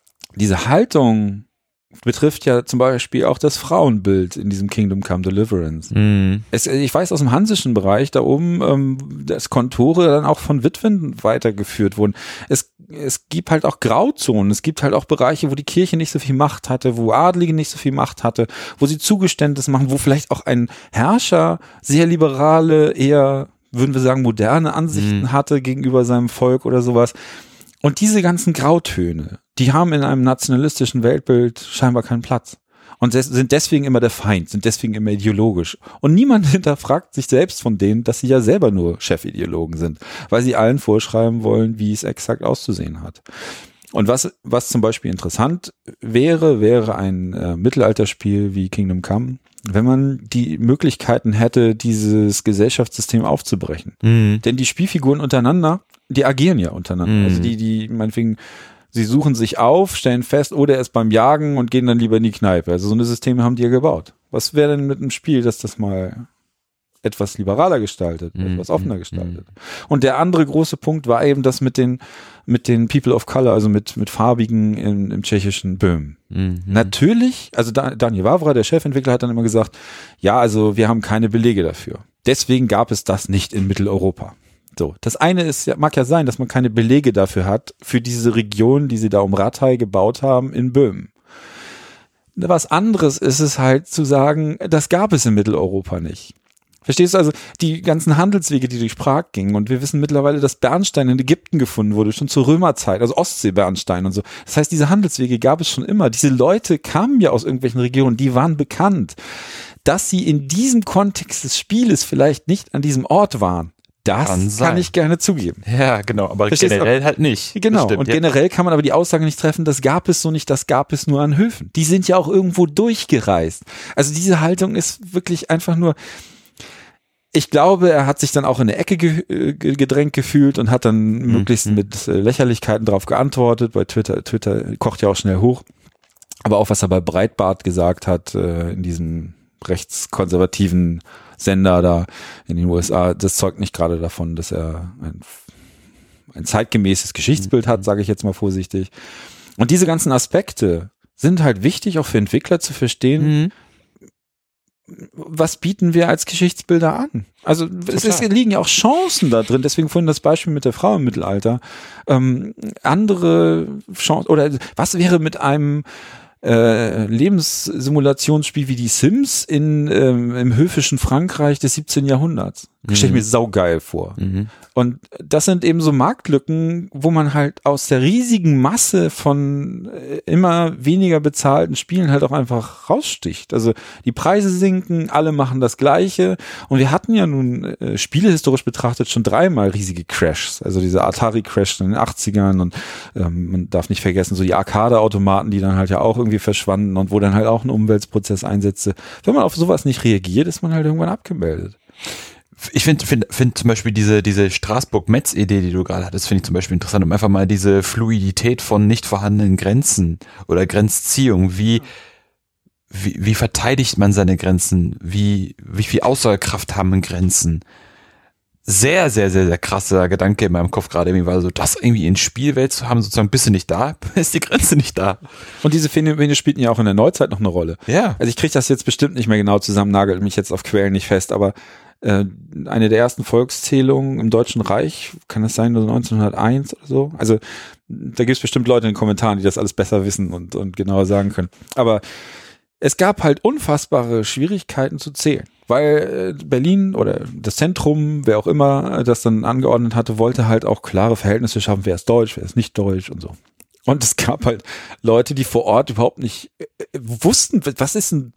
B: Haltung betrifft ja zum Beispiel auch das Frauenbild in diesem Kingdom Come Deliverance. Ich weiß aus dem hansischen Bereich, da oben, dass Kontore dann auch von Witwen weitergeführt wurden. Es gibt halt auch Grauzonen, es gibt halt auch Bereiche, wo die Kirche nicht so viel Macht hatte, wo Adlige nicht so viel Macht hatte, wo sie Zugeständnis machen, wo vielleicht auch ein Herrscher sehr liberale, eher, würden wir sagen, moderne Ansichten hatte gegenüber seinem Volk oder sowas. Und diese ganzen Grautöne, die haben in einem nationalistischen Weltbild scheinbar keinen Platz. Und sind deswegen immer der Feind, sind deswegen immer ideologisch. Und niemand hinterfragt sich selbst von denen, dass sie ja selber nur Chefideologen sind, weil sie allen vorschreiben wollen, wie es exakt auszusehen hat. Und was zum Beispiel interessant wäre ein Mittelalterspiel wie Kingdom Come, wenn man die Möglichkeiten hätte, dieses Gesellschaftssystem aufzubrechen. Denn die Spielfiguren untereinander, die agieren ja untereinander. Also die meinetwegen, sie suchen sich auf, stellen fest, der ist beim Jagen und gehen dann lieber in die Kneipe. Also so eine Systeme haben die ja gebaut. Was wäre denn mit einem Spiel, dass das mal etwas liberaler gestaltet, etwas offener gestaltet? Und der andere große Punkt war eben das mit den People of Color, also mit Farbigen im tschechischen Böhmen. Natürlich, also Daniel Wawra, der Chefentwickler, hat dann immer gesagt, ja, also wir haben keine Belege dafür. Deswegen gab es das nicht in Mitteleuropa. So, das eine ist, mag ja sein, dass man keine Belege dafür hat, für diese Region, die sie da um Ratay gebaut haben, in Böhmen. Was anderes ist es halt zu sagen, das gab es in Mitteleuropa nicht. Verstehst du? Also die ganzen Handelswege, die durch Prag gingen, und wir wissen mittlerweile, dass Bernstein in Ägypten gefunden wurde, schon zur Römerzeit, also Ostsee-Bernstein und so. Das heißt, diese Handelswege gab es schon immer. Diese Leute kamen ja aus irgendwelchen Regionen, die waren bekannt. Dass sie in diesem Kontext des Spieles vielleicht nicht an diesem Ort waren, das kann ich gerne zugeben.
A: Ja, genau, aber generell halt nicht.
B: Genau, stimmt, und generell kann man aber die Aussage nicht treffen, das gab es so nicht, das gab es nur an Höfen. Die sind ja auch irgendwo durchgereist. Also diese Haltung ist wirklich einfach nur... Ich glaube, er hat sich dann auch in eine Ecke gedrängt gefühlt und hat dann möglichst mit Lächerlichkeiten drauf geantwortet. Bei Twitter kocht ja auch schnell hoch. Aber auch was er bei Breitbart gesagt hat, in diesem rechtskonservativen Sender da in den USA, das zeugt nicht gerade davon, dass er ein zeitgemäßes Geschichtsbild hat, sage ich jetzt mal vorsichtig. Und diese ganzen Aspekte sind halt wichtig, auch für Entwickler zu verstehen, was bieten wir als Geschichtsbilder an? Also es liegen ja auch Chancen da drin, deswegen vorhin das Beispiel mit der Frau im Mittelalter. Andere Chancen, oder was wäre mit einem Lebenssimulationsspiel wie die Sims im höfischen Frankreich des 17. Jahrhunderts? Stelle ich mir saugeil vor. Und das sind eben so Marktlücken, wo man halt aus der riesigen Masse von immer weniger bezahlten Spielen halt auch einfach raussticht. Also die Preise sinken, alle machen das Gleiche. Und wir hatten ja nun spielehistorisch betrachtet schon 3-mal riesige Crashs. Also diese Atari-Crash in den 80ern und man darf nicht vergessen, so die Arcade-Automaten, die dann halt ja auch irgendwie verschwanden und wo dann halt auch ein Umweltprozess einsetzte. Wenn man auf sowas nicht reagiert, ist man halt irgendwann abgemeldet.
A: Ich finde zum Beispiel diese Straßburg-Metz-Idee, die du gerade hattest, finde ich zum Beispiel interessant, um einfach mal diese Fluidität von nicht vorhandenen Grenzen oder Grenzziehung, wie verteidigt man seine Grenzen, wie viel Aussagekraft haben Grenzen. Sehr, sehr, sehr, sehr krasser Gedanke in meinem Kopf gerade irgendwie, weil so das irgendwie in Spielwelt zu haben, sozusagen bist du nicht da, ist die Grenze nicht da.
B: Und diese Phänomene spielten ja auch in der Neuzeit noch eine Rolle.
A: Ja.
B: Also ich kriege das jetzt bestimmt nicht mehr genau zusammen, nagelt mich jetzt auf Quellen nicht fest, aber eine der ersten Volkszählungen im Deutschen Reich, kann das sein, 1901 oder so? Also da gibt es bestimmt Leute in den Kommentaren, die das alles besser wissen und genauer sagen können. Aber es gab halt unfassbare Schwierigkeiten zu zählen, weil Berlin oder das Zentrum, wer auch immer das dann angeordnet hatte, wollte halt auch klare Verhältnisse schaffen, wer ist deutsch, wer ist nicht deutsch und so. Und es gab halt Leute, die vor Ort überhaupt nicht wussten, was ist ein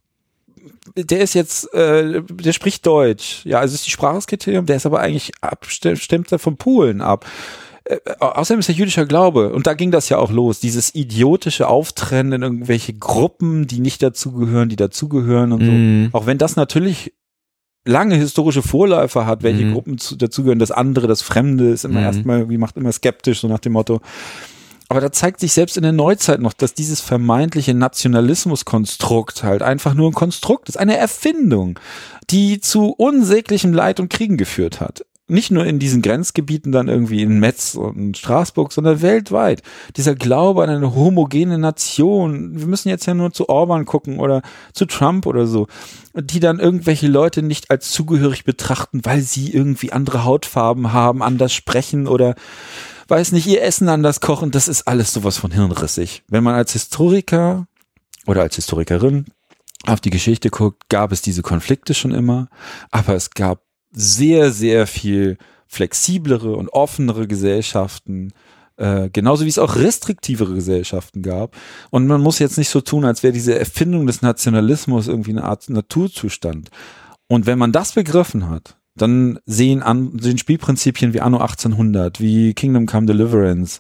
B: der ist jetzt, der spricht Deutsch. Ja, also ist die Sprache das Kriterium, der ist aber eigentlich stammt er von Polen ab. Außerdem ist er jüdischer Glaube. Und da ging das ja auch los. Dieses idiotische Auftrennen in irgendwelche Gruppen, die nicht dazugehören, die dazugehören und so. Auch wenn das natürlich lange historische Vorläufer hat, welche Gruppen dazugehören, das andere, das Fremde ist immer erstmal, wie macht immer skeptisch, so nach dem Motto. Aber da zeigt sich selbst in der Neuzeit noch, dass dieses vermeintliche Nationalismuskonstrukt halt einfach nur ein Konstrukt ist, eine Erfindung, die zu unsäglichem Leid und Kriegen geführt hat. Nicht nur in diesen Grenzgebieten dann irgendwie in Metz und Straßburg, sondern weltweit. Dieser Glaube an eine homogene Nation, wir müssen jetzt ja nur zu Orban gucken oder zu Trump oder so, die dann irgendwelche Leute nicht als zugehörig betrachten, weil sie irgendwie andere Hautfarben haben, anders sprechen oder weiß nicht, ihr Essen anders kochen, das ist alles sowas von hirnrissig. Wenn man als Historiker oder als Historikerin auf die Geschichte guckt, gab es diese Konflikte schon immer, aber es gab sehr, sehr viel flexiblere und offenere Gesellschaften, genauso wie es auch restriktivere Gesellschaften gab. Und man muss jetzt nicht so tun, als wäre diese Erfindung des Nationalismus irgendwie eine Art Naturzustand. Und wenn man das begriffen hat, dann sehen Spielprinzipien wie Anno 1800, wie Kingdom Come Deliverance,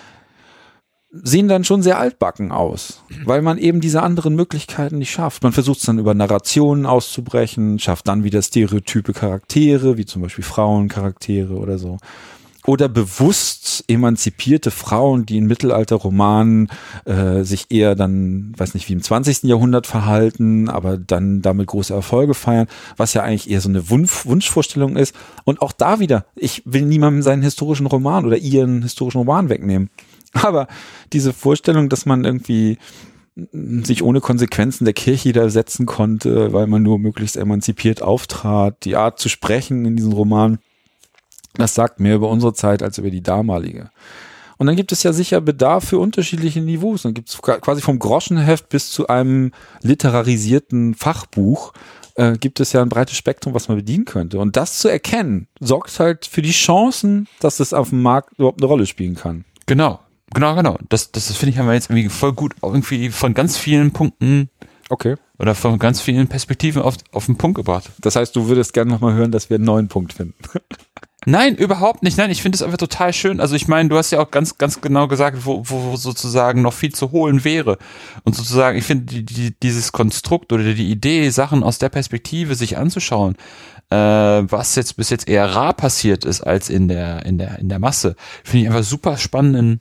B: sehen dann schon sehr altbacken aus, weil man eben diese anderen Möglichkeiten nicht schafft. Man versucht es dann über Narrationen auszubrechen, schafft dann wieder stereotype Charaktere, wie zum Beispiel Frauencharaktere oder so. Oder bewusst emanzipierte Frauen, die in Mittelalterromanen sich eher dann, weiß nicht, wie im 20. Jahrhundert verhalten, aber dann damit große Erfolge feiern, was ja eigentlich eher so eine Wunschvorstellung ist. Und auch da wieder, ich will niemandem seinen historischen Roman oder ihren historischen Roman wegnehmen. Aber diese Vorstellung, dass man irgendwie sich ohne Konsequenzen der Kirche widersetzen konnte, weil man nur möglichst emanzipiert auftrat, die Art zu sprechen in diesen Romanen, das sagt mehr über unsere Zeit als über die damalige. Und dann gibt es ja sicher Bedarf für unterschiedliche Niveaus. Dann gibt es quasi vom Groschenheft bis zu einem literarisierten Fachbuch gibt es ja ein breites Spektrum, was man bedienen könnte. Und das zu erkennen, sorgt halt für die Chancen, dass es auf dem Markt überhaupt eine Rolle spielen kann.
A: Genau. Das finde ich, haben wir jetzt irgendwie voll gut irgendwie von ganz vielen Punkten oder von ganz vielen Perspektiven auf den Punkt gebracht.
B: Das heißt, du würdest gerne nochmal hören, dass wir einen neuen Punkt finden.
A: Nein, überhaupt nicht. Nein, ich finde es einfach total schön. Also ich meine, du hast ja auch ganz genau gesagt, wo sozusagen noch viel zu holen wäre. Und sozusagen, ich finde dieses Konstrukt oder die Idee, Sachen aus der Perspektive sich anzuschauen, was jetzt bis jetzt eher rar passiert ist als in der Masse, finde ich einfach super spannendes,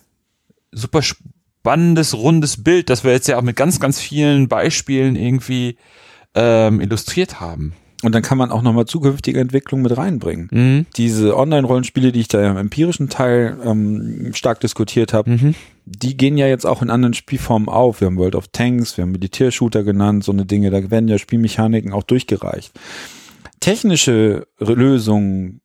A: rundes Bild, das wir jetzt ja auch mit ganz, ganz vielen Beispielen irgendwie illustriert haben.
B: Und dann kann man auch nochmal zukünftige Entwicklungen mit reinbringen. Diese Online-Rollenspiele, die ich da im empirischen Teil stark diskutiert habe, die gehen ja jetzt auch in anderen Spielformen auf. Wir haben World of Tanks, wir haben Militärshooter genannt, so eine Dinge, da werden ja Spielmechaniken auch durchgereicht. Technische Lösungen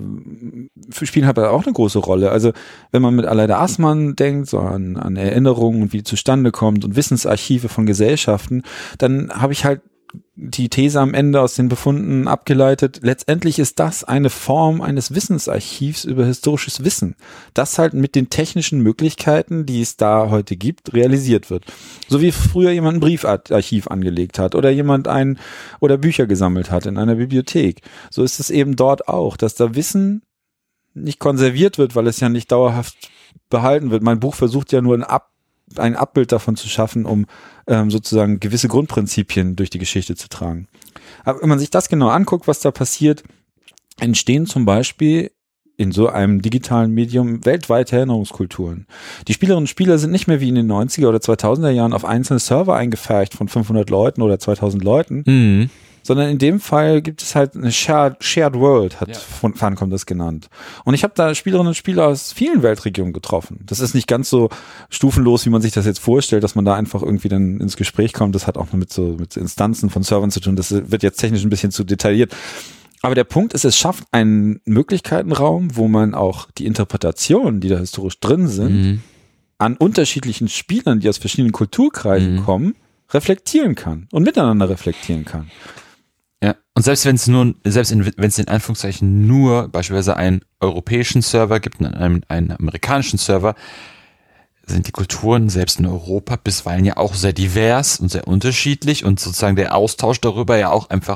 B: für Spielen hat auch eine große Rolle. Also wenn man mit Aleida Assmann denkt, so an Erinnerungen und wie die zustande kommt und Wissensarchive von Gesellschaften, dann habe ich halt die These am Ende aus den Befunden abgeleitet, letztendlich ist das eine Form eines Wissensarchivs über historisches Wissen, das halt mit den technischen Möglichkeiten, die es da heute gibt, realisiert wird. So wie früher jemand ein Briefarchiv angelegt hat oder jemand oder Bücher gesammelt hat in einer Bibliothek. So ist es eben dort auch, dass da Wissen nicht konserviert wird, weil es ja nicht dauerhaft behalten wird. Mein Buch versucht ja nur ein Abbild davon zu schaffen, um sozusagen gewisse Grundprinzipien durch die Geschichte zu tragen. Aber wenn man sich das genau anguckt, was da passiert, entstehen zum Beispiel in so einem digitalen Medium weltweite Erinnerungskulturen. Die Spielerinnen und Spieler sind nicht mehr wie in den 90er oder 2000er Jahren auf einzelne Server eingepfercht von 500 Leuten oder 2000 Leuten, sondern in dem Fall gibt es halt eine Shared World, von Funcom das genannt. Und ich habe da Spielerinnen und Spieler aus vielen Weltregionen getroffen. Das ist nicht ganz so stufenlos, wie man sich das jetzt vorstellt, dass man da einfach irgendwie dann ins Gespräch kommt. Das hat auch mit so Instanzen von Servern zu tun. Das wird jetzt technisch ein bisschen zu detailliert. Aber der Punkt ist, es schafft einen Möglichkeitenraum, wo man auch die Interpretationen, die da historisch drin sind, an unterschiedlichen Spielern, die aus verschiedenen Kulturkreisen kommen, reflektieren kann und miteinander reflektieren kann.
A: Ja, und selbst wenn es in Anführungszeichen nur beispielsweise einen europäischen Server gibt und einen amerikanischen Server, sind die Kulturen selbst in Europa bisweilen ja auch sehr divers und sehr unterschiedlich und sozusagen der Austausch darüber ja auch einfach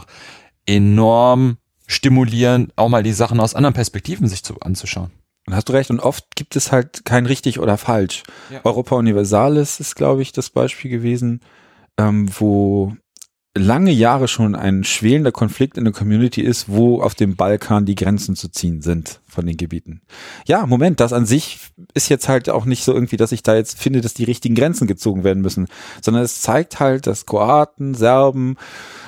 A: enorm stimulierend, auch mal die Sachen aus anderen Perspektiven sich anzuschauen.
B: Und hast du recht, und oft gibt es halt kein richtig oder falsch. Ja. Europa Universalis ist, glaube ich, das Beispiel gewesen, wo lange Jahre schon ein schwelender Konflikt in der Community ist, wo auf dem Balkan die Grenzen zu ziehen sind von den Gebieten. Ja, Moment, das an sich ist jetzt halt auch nicht so irgendwie, dass ich da jetzt finde, dass die richtigen Grenzen gezogen werden müssen, sondern es zeigt halt, dass Kroaten, Serben,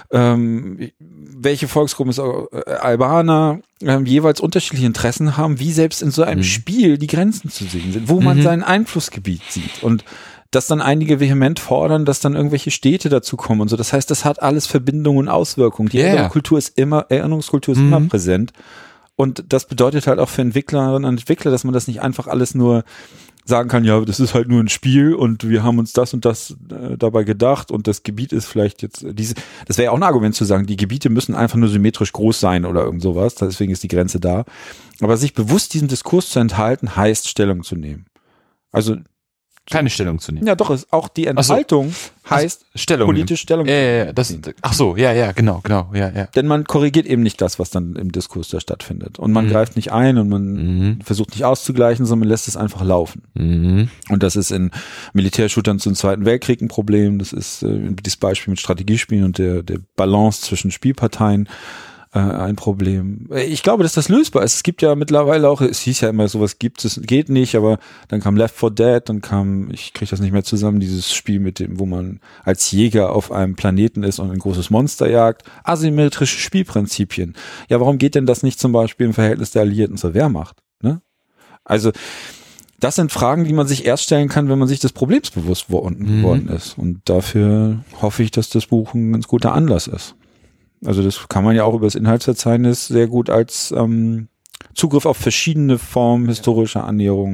B: welche Volksgruppen es Albaner jeweils unterschiedliche Interessen haben, wie selbst in so einem Spiel die Grenzen zu sehen sind, wo man sein Einflussgebiet sieht und dass dann einige vehement fordern, dass dann irgendwelche Städte dazu kommen und so. Das heißt, das hat alles Verbindungen und Auswirkungen. Die Erinnerungskultur ist immer präsent. Und das bedeutet halt auch für Entwicklerinnen und Entwickler, dass man das nicht einfach alles nur sagen kann, ja, das ist halt nur ein Spiel und wir haben uns das und das dabei gedacht und das Gebiet ist vielleicht jetzt das wäre ja auch ein Argument zu sagen, die Gebiete müssen einfach nur symmetrisch groß sein oder irgend sowas, deswegen ist die Grenze da. Aber sich bewusst diesem Diskurs zu enthalten, heißt Stellung zu nehmen. Also
A: keine Stellung zu nehmen.
B: Ja, doch, auch die Enthaltung heißt politisch Stellung zu nehmen. Genau. Denn man korrigiert eben nicht das, was dann im Diskurs da stattfindet. Und man greift nicht ein und man versucht nicht auszugleichen, sondern man lässt es einfach laufen. Und das ist in Militärshootern zum Zweiten Weltkrieg ein Problem. Das ist dieses Beispiel mit Strategiespielen und der Balance zwischen Spielparteien ein Problem. Ich glaube, dass das lösbar ist. Es gibt ja mittlerweile auch, es hieß ja immer, sowas gibt es, geht nicht, aber dann kam Left 4 Dead, dann kam, ich kriege das nicht mehr zusammen, dieses Spiel mit dem, wo man als Jäger auf einem Planeten ist und ein großes Monster jagt. Asymmetrische Spielprinzipien. Ja, warum geht denn das nicht zum Beispiel im Verhältnis der Alliierten zur Wehrmacht? Ne? Also, das sind Fragen, die man sich erst stellen kann, wenn man sich des Problems bewusst geworden ist. Und dafür hoffe ich, dass das Buch ein ganz guter Anlass ist. Also das kann man ja auch über das Inhaltsverzeichnis sehr gut als Zugriff auf verschiedene Formen historischer Annäherungen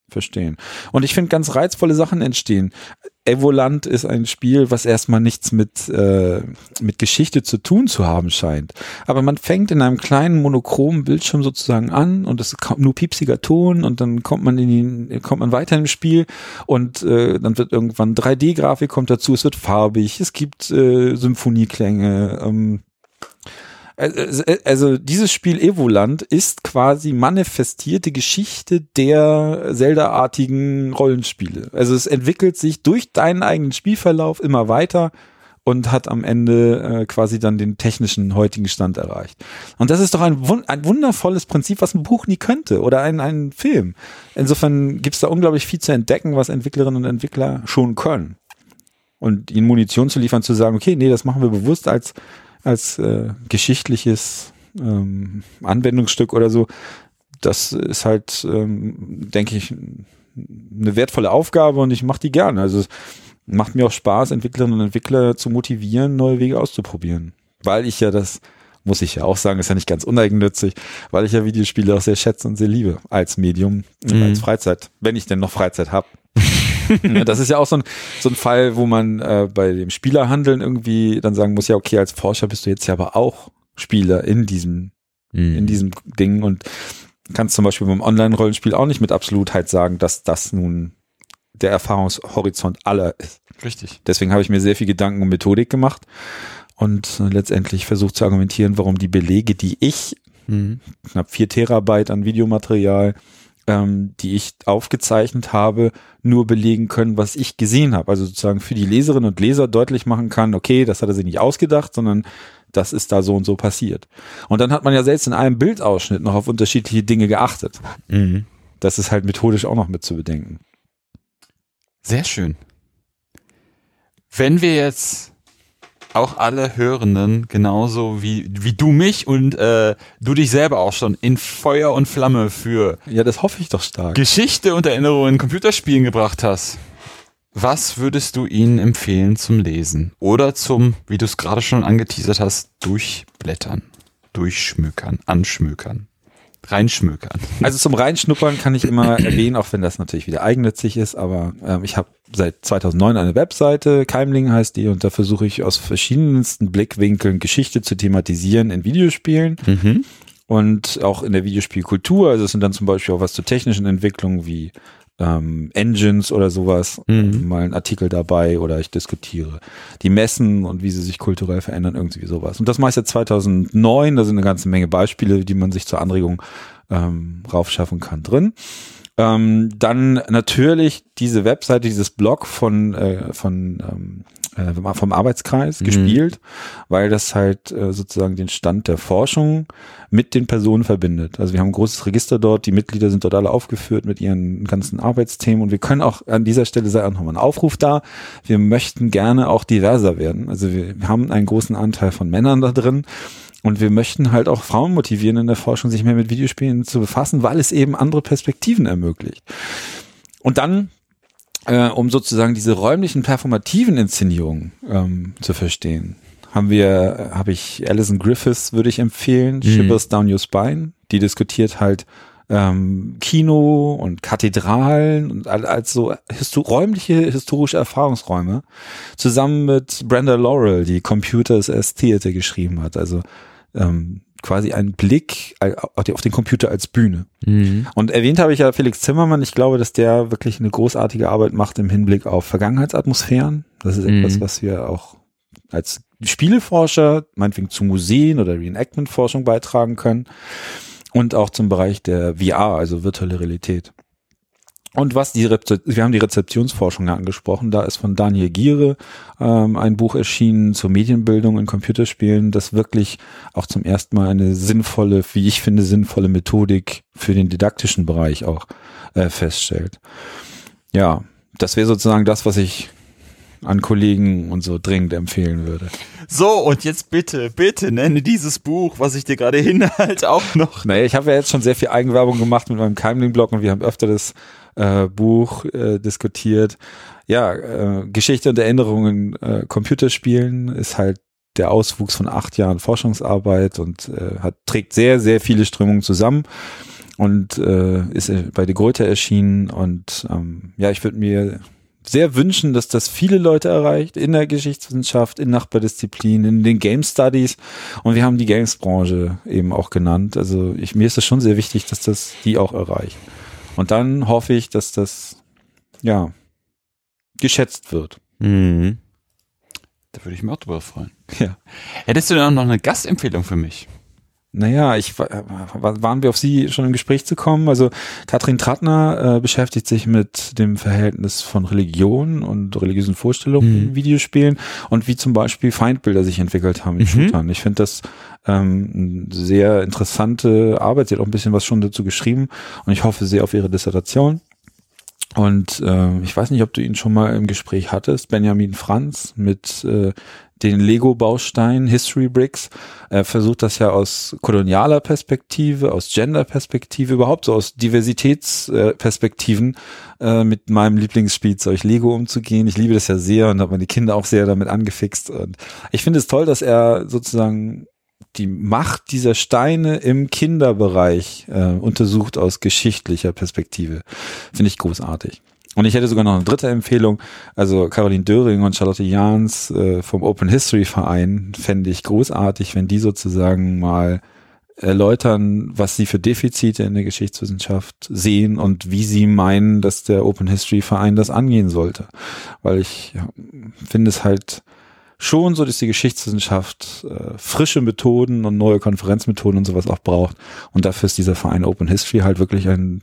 B: verstehen. Und ich finde, ganz reizvolle Sachen entstehen. Evoland ist ein Spiel, was erstmal nichts mit Geschichte zu tun zu haben scheint. Aber man fängt in einem kleinen monochromen Bildschirm sozusagen an und es ist nur piepsiger Ton und dann kommt man weiter im Spiel und dann wird irgendwann 3D-Grafik kommt dazu, es wird farbig, es gibt Symphonieklänge, also dieses Spiel Evoland ist quasi manifestierte Geschichte der Zelda-artigen Rollenspiele. Also es entwickelt sich durch deinen eigenen Spielverlauf immer weiter und hat am Ende quasi dann den technischen heutigen Stand erreicht. Und das ist doch ein wundervolles Prinzip, was ein Buch nie könnte oder ein Film. Insofern gibt es da unglaublich viel zu entdecken, was Entwicklerinnen und Entwickler schon können. Und ihnen Munition zu liefern, zu sagen, okay, nee, das machen wir bewusst als geschichtliches Anwendungsstück oder so, das ist halt, denke ich, eine wertvolle Aufgabe und ich mache die gerne. Also es macht mir auch Spaß, Entwicklerinnen und Entwickler zu motivieren, neue Wege auszuprobieren. Weil ich ja das, muss ich ja auch sagen, ist ja nicht ganz uneigennützig, weil ich ja Videospiele auch sehr schätze und sehr liebe als Medium, als Freizeit, wenn ich denn noch Freizeit habe. Das ist ja auch so ein Fall, wo man bei dem Spielerhandeln irgendwie dann sagen muss, ja okay, als Forscher bist du jetzt ja aber auch Spieler in diesem Ding und kannst zum Beispiel beim Online-Rollenspiel auch nicht mit Absolutheit sagen, dass das nun der Erfahrungshorizont aller ist.
A: Richtig.
B: Deswegen habe ich mir sehr viel Gedanken um Methodik gemacht und letztendlich versucht zu argumentieren, warum die Belege, die ich, knapp 4 Terabyte an Videomaterial, die ich aufgezeichnet habe, nur belegen können, was ich gesehen habe. Also sozusagen für die Leserinnen und Leser deutlich machen kann, okay, das hat er sich nicht ausgedacht, sondern das ist da so und so passiert. Und dann hat man ja selbst in einem Bildausschnitt noch auf unterschiedliche Dinge geachtet. Das ist halt methodisch auch noch mit zu bedenken.
A: Sehr schön. Wenn wir jetzt auch alle Hörenden, genauso wie du mich und du dich selber auch schon in Feuer und Flamme für
B: ja, das hoffe ich doch stark.
A: Geschichte und Erinnerungen in Computerspielen gebracht hast, was würdest du ihnen empfehlen zum Lesen? Oder zum, wie du es gerade schon angeteasert hast, durchblättern, durchschmökern, anschmökern, reinschmökern?
B: Also zum Reinschnuppern kann ich immer erwähnen, auch wenn das natürlich wieder eigennützig ist, aber ich habe seit 2009 eine Webseite, Keimling heißt die, und da versuche ich aus verschiedensten Blickwinkeln Geschichte zu thematisieren in Videospielen und auch in der Videospielkultur. Also es sind dann zum Beispiel auch was zur technischen Entwicklung wie Engines oder sowas, mal ein Artikel dabei oder ich diskutiere die Messen und wie sie sich kulturell verändern, irgendwie sowas. Und das mache ich seit 2009, da sind eine ganze Menge Beispiele, die man sich zur Anregung raufschaffen kann drin. Dann natürlich diese Webseite, dieses Blog vom Arbeitskreis gespielt, weil das halt sozusagen den Stand der Forschung mit den Personen verbindet. Also wir haben ein großes Register dort, die Mitglieder sind dort alle aufgeführt mit ihren ganzen Arbeitsthemen und wir können auch an dieser Stelle sei auch nochmal ein Aufruf da. Wir möchten gerne auch diverser werden. Also wir haben einen großen Anteil von Männern da drin. Und wir möchten halt auch Frauen motivieren in der Forschung, sich mehr mit Videospielen zu befassen, weil es eben andere Perspektiven ermöglicht. Und dann, um sozusagen diese räumlichen, performativen Inszenierungen zu verstehen, habe ich Alison Griffiths, würde ich empfehlen, Shivers Down Your Spine. Die diskutiert halt Kino und Kathedralen und als so räumliche historische Erfahrungsräume zusammen mit Brenda Laurel, die Computers as Theater geschrieben hat. Also quasi ein Blick auf den Computer als Bühne. Und erwähnt habe ich ja Felix Zimmermann. Ich glaube, dass der wirklich eine großartige Arbeit macht im Hinblick auf Vergangenheitsatmosphären. Das ist etwas, was wir auch als Spieleforscher, meinetwegen zu Museen oder Reenactment-Forschung beitragen können. Und auch zum Bereich der VR, also virtuelle Realität. Und wir haben die Rezeptionsforschung ja angesprochen, da ist von Daniel Giere ein Buch erschienen zur Medienbildung in Computerspielen, das wirklich auch zum ersten Mal eine sinnvolle, wie ich finde, sinnvolle Methodik für den didaktischen Bereich auch feststellt. Ja, das wäre sozusagen das, was ich an Kollegen und so dringend empfehlen würde.
A: So, und jetzt bitte nenne dieses Buch, was ich dir gerade hinhalte, auch noch.
B: Naja, ich habe ja jetzt schon sehr viel Eigenwerbung gemacht mit meinem Keimling-Blog und wir haben öfter das Buch diskutiert. Ja, Geschichte und Erinnerungen in Computerspielen ist halt der Auswuchs von 8 Jahren Forschungsarbeit und trägt sehr, sehr viele Strömungen zusammen. und ist bei De Gruyter erschienen und ich würde mir sehr wünschen, dass das viele Leute erreicht, in der Geschichtswissenschaft, in Nachbardisziplinen, in den Game Studies, und wir haben die Games-Branche eben auch genannt. Also mir ist es schon sehr wichtig, dass das die auch erreicht. Und dann hoffe ich, dass das geschätzt wird.
A: Mhm. Da würde ich mich auch drüber freuen.
B: Ja.
A: Hättest du denn auch noch eine Gastempfehlung für mich?
B: Naja, waren wir auf Sie schon im Gespräch zu kommen? Also Katrin Trattner beschäftigt sich mit dem Verhältnis von Religion und religiösen Vorstellungen in Videospielen und wie zum Beispiel Feindbilder sich entwickelt haben in Shootern. Ich finde das eine sehr interessante Arbeit. Sie hat auch ein bisschen was schon dazu geschrieben und ich hoffe sehr auf ihre Dissertation. Und ich weiß nicht, ob du ihn schon mal im Gespräch hattest, Benjamin Franz mit den Lego-Bausteinen, History Bricks. Er versucht das ja aus kolonialer Perspektive, aus Gender-Perspektive, überhaupt so aus Diversitätsperspektiven mit meinem Lieblingsspielzeug Lego umzugehen. Ich liebe das ja sehr und habe meine Kinder auch sehr damit angefixt. Und ich finde es toll, dass er sozusagen die Macht dieser Steine im Kinderbereich untersucht aus geschichtlicher Perspektive. Finde ich großartig. Und ich hätte sogar noch eine dritte Empfehlung. Also Caroline Döring und Charlotte Jahns vom Open History Verein fände ich großartig, wenn die sozusagen mal erläutern, was sie für Defizite in der Geschichtswissenschaft sehen und wie sie meinen, dass der Open History Verein das angehen sollte. Weil ich finde es halt schon so, dass die Geschichtswissenschaft frische Methoden und neue Konferenzmethoden und sowas auch braucht. Und dafür ist dieser Verein Open History halt wirklich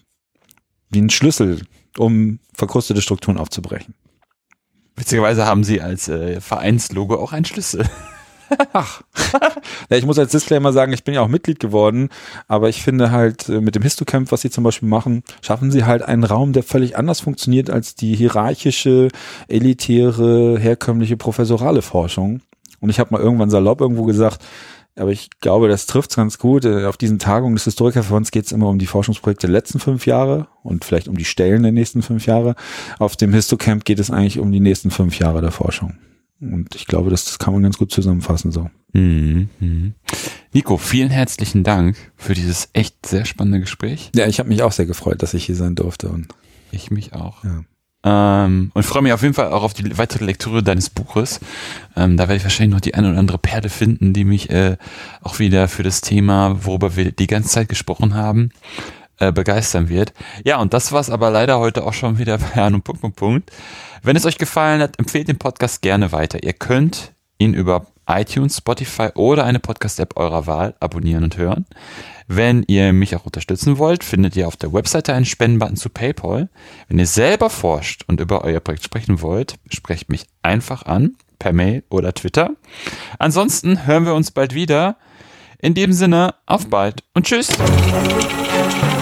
B: wie ein Schlüssel, um verkrustete Strukturen aufzubrechen.
A: Witzigerweise haben sie als Vereinslogo auch einen Schlüssel.
B: Ach, ja, ich muss als Disclaimer sagen, ich bin ja auch Mitglied geworden, aber ich finde halt mit dem Histocamp, was sie zum Beispiel machen, schaffen sie halt einen Raum, der völlig anders funktioniert als die hierarchische, elitäre, herkömmliche professorale Forschung. Und ich habe mal irgendwann salopp irgendwo gesagt, aber ich glaube, das trifft's ganz gut. Auf diesen Tagungen des Historikerverbands geht es immer um die Forschungsprojekte der letzten 5 Jahre und vielleicht um die Stellen der nächsten 5 Jahre. Auf dem Histocamp geht es eigentlich um die nächsten 5 Jahre der Forschung. Und ich glaube, das kann man ganz gut zusammenfassen so.
A: Nico, vielen herzlichen Dank für dieses echt sehr spannende Gespräch.
B: Ja, ich habe mich auch sehr gefreut, dass ich hier sein durfte. Und
A: ich mich auch.
B: Ja.
A: Und freue mich auf jeden Fall auch auf die weitere Lektüre deines Buches. Da werde ich wahrscheinlich noch die eine oder andere Perle finden, die mich auch wieder für das Thema, worüber wir die ganze Zeit gesprochen haben, begeistern wird. Ja, und das war's aber leider heute auch schon wieder bei Jan und ... Wenn es euch gefallen hat, empfehlt den Podcast gerne weiter. Ihr könnt ihn über iTunes, Spotify oder eine Podcast-App eurer Wahl abonnieren und hören. Wenn ihr mich auch unterstützen wollt, findet ihr auf der Webseite einen Spendenbutton zu PayPal. Wenn ihr selber forscht und über euer Projekt sprechen wollt, sprecht mich einfach an, per Mail oder Twitter. Ansonsten hören wir uns bald wieder. In dem Sinne, auf bald und tschüss!